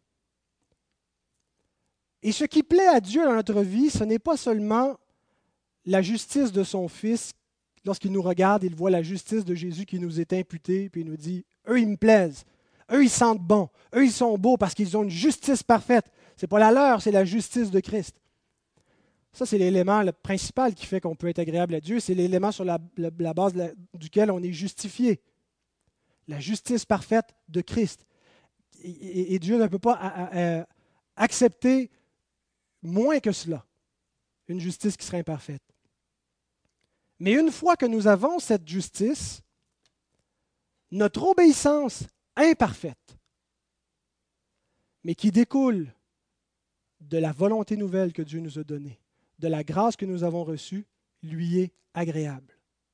Et ce qui plaît à Dieu dans notre vie, ce n'est pas seulement la justice de son Fils. Lorsqu'il nous regarde, il voit la justice de Jésus qui nous est imputée, puis il nous dit, « Eux, ils me plaisent. Eux, ils sentent bon. Eux, ils sont beaux parce qu'ils ont une justice parfaite. Ce n'est pas la leur, c'est la justice de Christ. » Ça, c'est l'élément principal qui fait qu'on peut être agréable à Dieu. C'est l'élément sur la base duquel on est justifié. La justice parfaite de Christ. Et Dieu ne peut pas accepter moins que cela. une justice qui serait imparfaite. Mais une fois que nous avons cette justice, notre obéissance imparfaite, mais qui découle de la volonté nouvelle que Dieu nous a donnée, de la grâce que nous avons reçue, lui est agréable.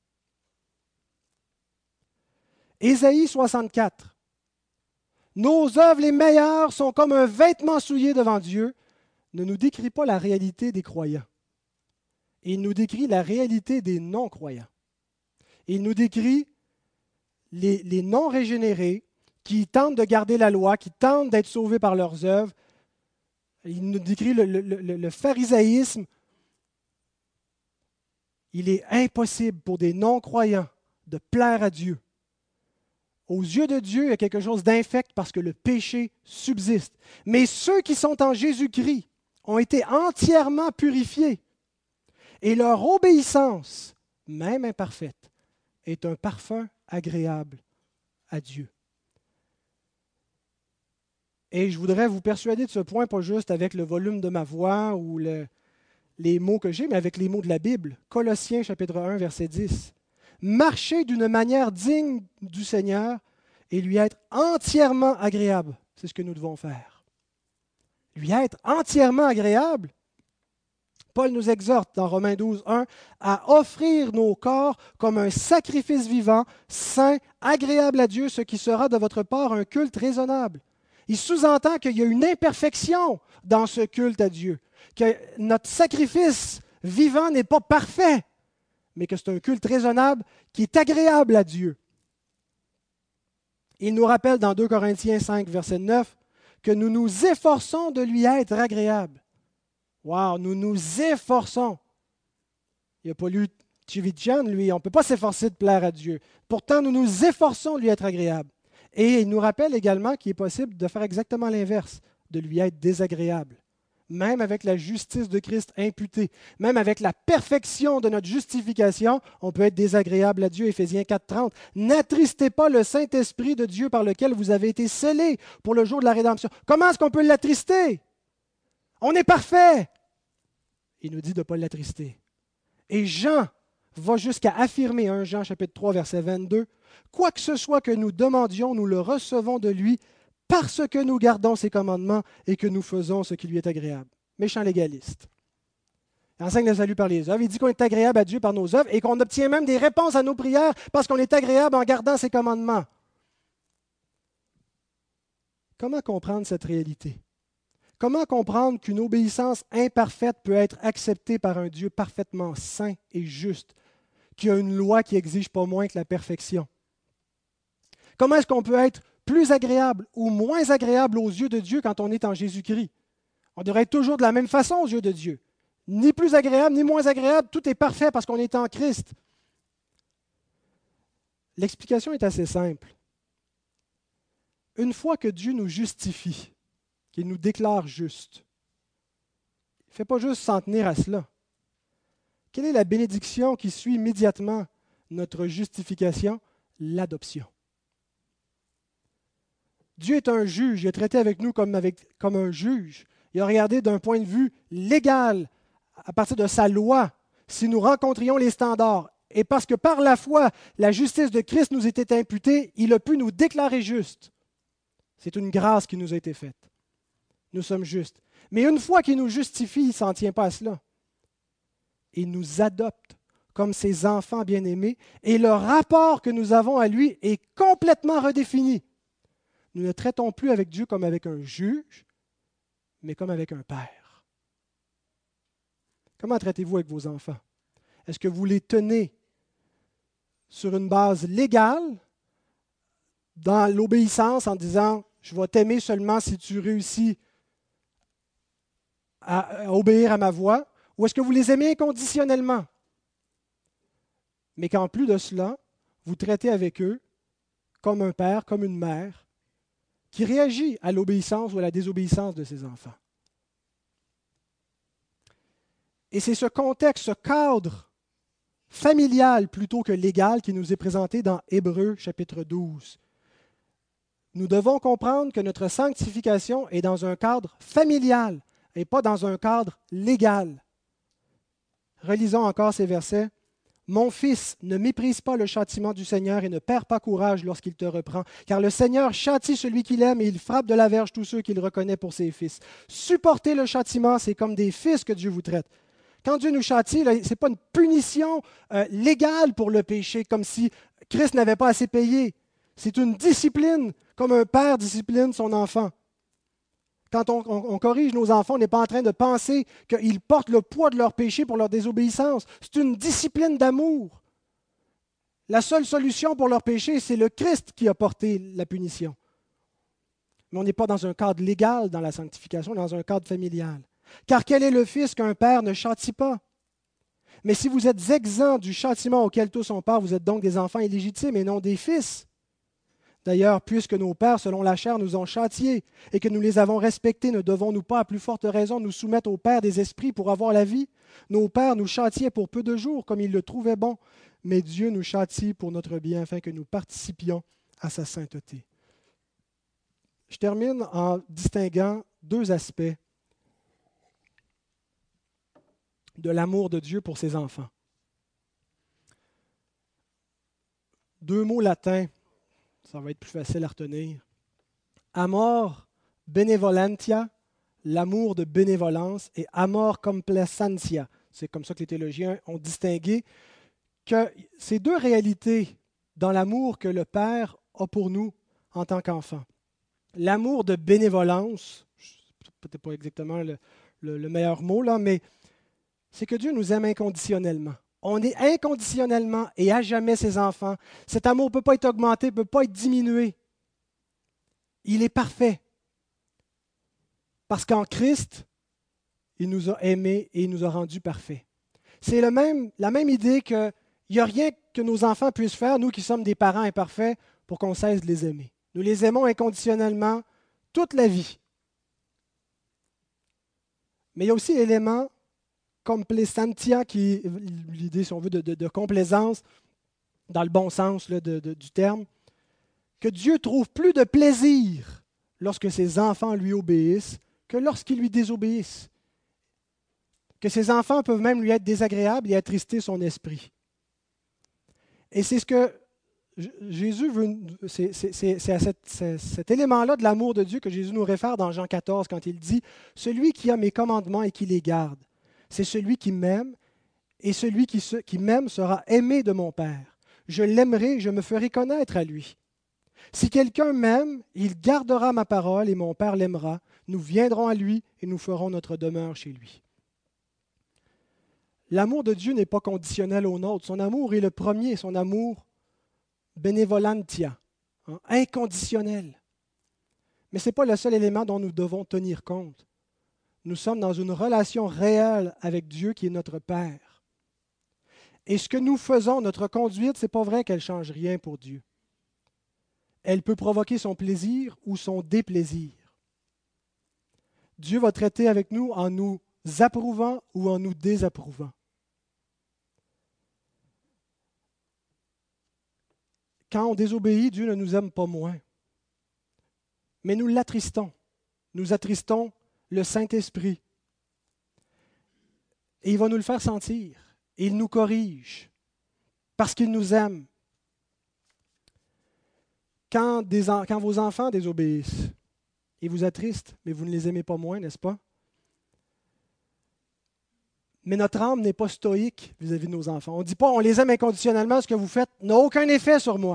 Ésaïe 64. Nos œuvres les meilleures sont comme un vêtement souillé devant Dieu, ne nous décrit pas la réalité des croyants. Il nous décrit la réalité des non-croyants. Il nous décrit les non-régénérés qui tentent de garder la loi, qui tentent d'être sauvés par leurs œuvres. Il nous décrit le pharisaïsme. Il est impossible pour des non-croyants de plaire à Dieu. Aux yeux de Dieu, il y a quelque chose d'infect parce que le péché subsiste. Mais ceux qui sont en Jésus-Christ ont été entièrement purifiés. Et leur obéissance, même imparfaite, est un parfum agréable à Dieu. Et je voudrais vous persuader de ce point, pas juste avec le volume de ma voix ou les mots que j'ai, mais avec les mots de la Bible. Colossiens chapitre 1, verset 10. Marcher d'une manière digne du Seigneur et lui être entièrement agréable. C'est ce que nous devons faire. Lui être entièrement agréable. Paul nous exhorte dans Romains 12, 1 à offrir nos corps comme un sacrifice vivant, saint, agréable à Dieu, ce qui sera de votre part un culte raisonnable. Il sous-entend qu'il y a une imperfection dans ce culte à Dieu, que notre sacrifice vivant n'est pas parfait, mais que c'est un culte raisonnable qui est agréable à Dieu. Il nous rappelle dans 2 Corinthiens 5, verset 9, que nous nous efforçons de lui être agréable. Wow, nous nous efforçons. Il n'a pas lu Tchivitchan, lui, on ne peut pas s'efforcer de plaire à Dieu. Pourtant, nous nous efforçons de lui être agréable. Et il nous rappelle également qu'il est possible de faire exactement l'inverse, de lui être désagréable. Même avec la justice de Christ imputée, même avec la perfection de notre justification, on peut être désagréable à Dieu. Éphésiens 4,30. N'attristez pas le Saint-Esprit de Dieu par lequel vous avez été scellés pour le jour de la rédemption. Comment est-ce qu'on peut l'attrister? On est parfait. Il nous dit de ne pas l'attrister. Et Jean va jusqu'à affirmer, 1 Jean chapitre 3, verset 22, « Quoi que ce soit que nous demandions, nous le recevons de lui parce que nous gardons ses commandements et que nous faisons ce qui lui est agréable. » Méchant légaliste. Il enseigne le salut par les œuvres. Il dit qu'on est agréable à Dieu par nos œuvres et qu'on obtient même des réponses à nos prières parce qu'on est agréable en gardant ses commandements. Comment comprendre cette réalité? Comment comprendre qu'une obéissance imparfaite peut être acceptée par un Dieu parfaitement saint et juste, qui a une loi qui n'exige pas moins que la perfection? Comment est-ce qu'on peut être plus agréable ou moins agréable aux yeux de Dieu quand on est en Jésus-Christ? On devrait être toujours de la même façon aux yeux de Dieu. Ni plus agréable, ni moins agréable, tout est parfait parce qu'on est en Christ. L'explication est assez simple. Une fois que Dieu nous justifie, qu'il nous déclare justes, il ne fait pas juste s'en tenir à cela. Quelle est la bénédiction qui suit immédiatement notre justification? L'adoption. Dieu est un juge, il a traité avec nous comme un juge. Il a regardé d'un point de vue légal, à partir de sa loi, si nous rencontrions les standards. Et parce que par la foi, la justice de Christ nous était imputée, il a pu nous déclarer justes. C'est une grâce qui nous a été faite. Nous sommes justes. Mais une fois qu'il nous justifie, il ne s'en tient pas à cela. Il nous adopte comme ses enfants bien-aimés et le rapport que nous avons à lui est complètement redéfini. Nous ne traitons plus avec Dieu comme avec un juge, mais comme avec un père. Comment traitez-vous avec vos enfants? Est-ce que vous les tenez sur une base légale, dans l'obéissance, en disant « Je vais t'aimer seulement si tu réussis à obéir à ma voix », ou est-ce que vous les aimez inconditionnellement, mais qu'en plus de cela, vous traitez avec eux comme un père, comme une mère, qui réagit à l'obéissance ou à la désobéissance de ses enfants? Et c'est ce contexte, ce cadre familial plutôt que légal qui nous est présenté dans Hébreux chapitre 12. Nous devons comprendre que notre sanctification est dans un cadre familial et pas dans un cadre légal. Relisons encore ces versets. Mon fils, ne méprise pas le châtiment du Seigneur et ne perds pas courage lorsqu'il te reprend, car le Seigneur châtie celui qu'il aime et il frappe de la verge tous ceux qu'il reconnaît pour ses fils. Supporter le châtiment, c'est comme des fils que Dieu vous traite. Quand Dieu nous châtie, ce n'est pas une punition légale pour le péché, comme si Christ n'avait pas assez payé. C'est une discipline, comme un père discipline son enfant. Quand on corrige nos enfants, on n'est pas en train de penser qu'ils portent le poids de leur péché pour leur désobéissance. C'est une discipline d'amour. La seule solution pour leur péché, c'est le Christ qui a porté la punition. Mais on n'est pas dans un cadre légal dans la sanctification, dans un cadre familial. Car quel est le fils qu'un père ne châtie pas? Mais si vous êtes exempts du châtiment auquel tous ont part, vous êtes donc des enfants illégitimes et non des fils. D'ailleurs, puisque nos pères, selon la chair, nous ont châtiés et que nous les avons respectés, ne devons-nous pas, à plus forte raison, nous soumettre au Père des esprits pour avoir la vie? Nos pères nous châtiaient pour peu de jours, comme ils le trouvaient bon, mais Dieu nous châtie pour notre bien, afin que nous participions à sa sainteté. Je termine en distinguant deux aspects de l'amour de Dieu pour ses enfants. Deux mots latins. Ça va être plus facile à retenir. Amor benevolentia, l'amour de bénévolence, et amor complacentia. C'est comme ça que les théologiens ont distingué que ces deux réalités dans l'amour que le Père a pour nous en tant qu'enfants. L'amour de bénévolence, peut-être pas exactement le meilleur mot là, mais c'est que Dieu nous aime inconditionnellement. On est inconditionnellement et à jamais ses enfants. Cet amour ne peut pas être augmenté, ne peut pas être diminué. Il est parfait. Parce qu'en Christ, il nous a aimés et il nous a rendus parfaits. C'est la même idée qu'il n'y a rien que nos enfants puissent faire, nous qui sommes des parents imparfaits, pour qu'on cesse de les aimer. Nous les aimons inconditionnellement toute la vie. Mais il y a aussi l'élément complacentia, qui est l'idée, si on veut, de complaisance, dans le bon sens là, du terme, que Dieu trouve plus de plaisir lorsque ses enfants lui obéissent que lorsqu'ils lui désobéissent. Que ses enfants peuvent même lui être désagréables et attrister son esprit. Et c'est ce que Jésus veut, c'est à cet élément-là de l'amour de Dieu que Jésus nous réfère dans Jean 14 quand il dit « Celui qui a mes commandements et qui les garde, c'est celui qui m'aime, et celui qui m'aime sera aimé de mon Père. Je l'aimerai, je me ferai connaître à lui. Si quelqu'un m'aime, il gardera ma parole, et mon Père l'aimera. Nous viendrons à lui, et nous ferons notre demeure chez lui. » L'amour de Dieu n'est pas conditionnel au nôtre. Son amour est le premier, son amour benevolentia, inconditionnel. Mais ce n'est pas le seul élément dont nous devons tenir compte. Nous sommes dans une relation réelle avec Dieu qui est notre Père. Et ce que nous faisons, notre conduite, ce n'est pas vrai qu'elle ne change rien pour Dieu. Elle peut provoquer son plaisir ou son déplaisir. Dieu va traiter avec nous en nous approuvant ou en nous désapprouvant. Quand on désobéit, Dieu ne nous aime pas moins. Mais nous l'attristons. Nous attristons le Saint-Esprit. Et il va nous le faire sentir. Et il nous corrige. Parce qu'il nous aime. Quand vos enfants désobéissent, ils vous attristent, mais vous ne les aimez pas moins, n'est-ce pas? Mais notre âme n'est pas stoïque vis-à-vis de nos enfants. On ne dit pas, on les aime inconditionnellement, ce que vous faites n'a aucun effet sur moi.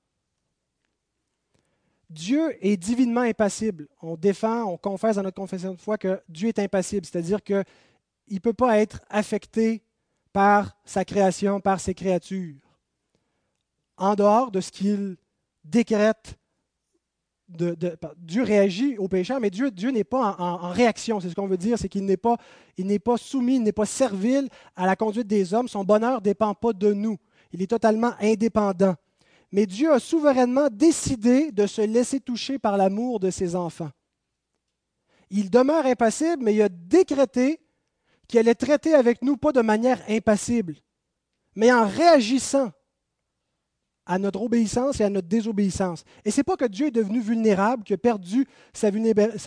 Dieu est divinement impassible. On défend, on confesse dans notre confession de foi que Dieu est impassible, c'est-à-dire qu'il ne peut pas être affecté par sa création, par ses créatures, en dehors de ce qu'il décrète. Dieu réagit au péché, mais Dieu n'est pas en réaction. C'est ce qu'on veut dire, c'est qu'il n'est pas soumis, il n'est pas servile à la conduite des hommes. Son bonheur ne dépend pas de nous. Il est totalement indépendant. Mais Dieu a souverainement décidé de se laisser toucher par l'amour de ses enfants. Il demeure impassible, mais il a décrété qu'il allait traiter avec nous, pas de manière impassible, mais en réagissant à notre obéissance et à notre désobéissance. Et ce n'est pas que Dieu est devenu vulnérable, qu'il a perdu sa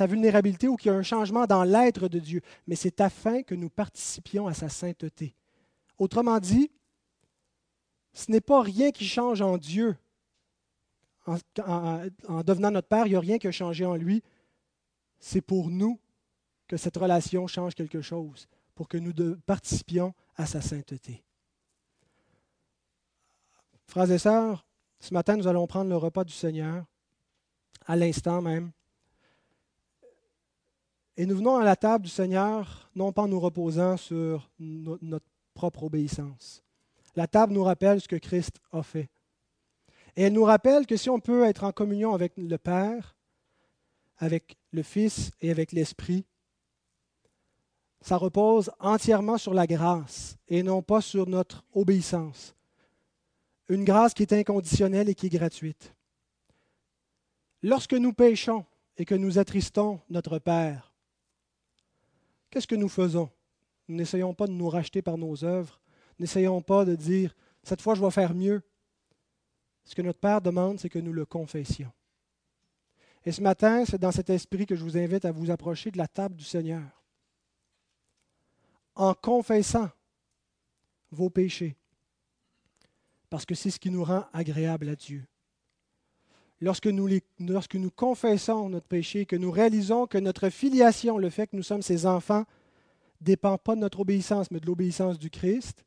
vulnérabilité ou qu'il y a un changement dans l'être de Dieu, mais c'est afin que nous participions à sa sainteté. Autrement dit, ce n'est pas rien qui change en Dieu. En devenant notre Père, il n'y a rien qui a changé en lui. C'est pour nous que cette relation change quelque chose, pour que nous participions à sa sainteté. Frères et sœurs, ce matin, nous allons prendre le repas du Seigneur, à l'instant même. Et nous venons à la table du Seigneur, non pas en nous reposant sur notre propre obéissance. La table nous rappelle ce que Christ a fait. Et elle nous rappelle que si on peut être en communion avec le Père, avec le Fils et avec l'Esprit, ça repose entièrement sur la grâce et non pas sur notre obéissance. Une grâce qui est inconditionnelle et qui est gratuite. Lorsque nous péchons et que nous attristons notre Père, qu'est-ce que nous faisons? Nous n'essayons pas de nous racheter par nos œuvres. N'essayons pas de dire « cette fois, je vais faire mieux ». Ce que notre Père demande, c'est que nous le confessions. Et ce matin, c'est dans cet esprit que je vous invite à vous approcher de la table du Seigneur. En confessant vos péchés, parce que c'est ce qui nous rend agréable à Dieu. Lorsque nous confessons notre péché, que nous réalisons que notre filiation, le fait que nous sommes ses enfants, ne dépend pas de notre obéissance, mais de l'obéissance du Christ,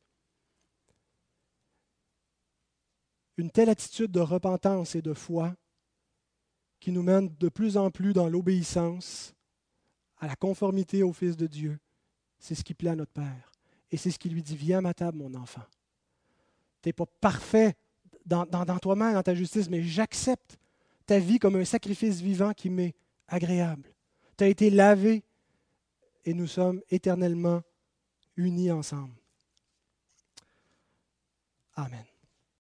une telle attitude de repentance et de foi qui nous mène de plus en plus dans l'obéissance, à la conformité au Fils de Dieu, c'est ce qui plaît à notre Père. Et c'est ce qui lui dit, viens à ma table, mon enfant. Tu n'es pas parfait dans toi-même, dans ta justice, mais j'accepte ta vie comme un sacrifice vivant qui m'est agréable. Tu as été lavé et nous sommes éternellement unis ensemble. Amen.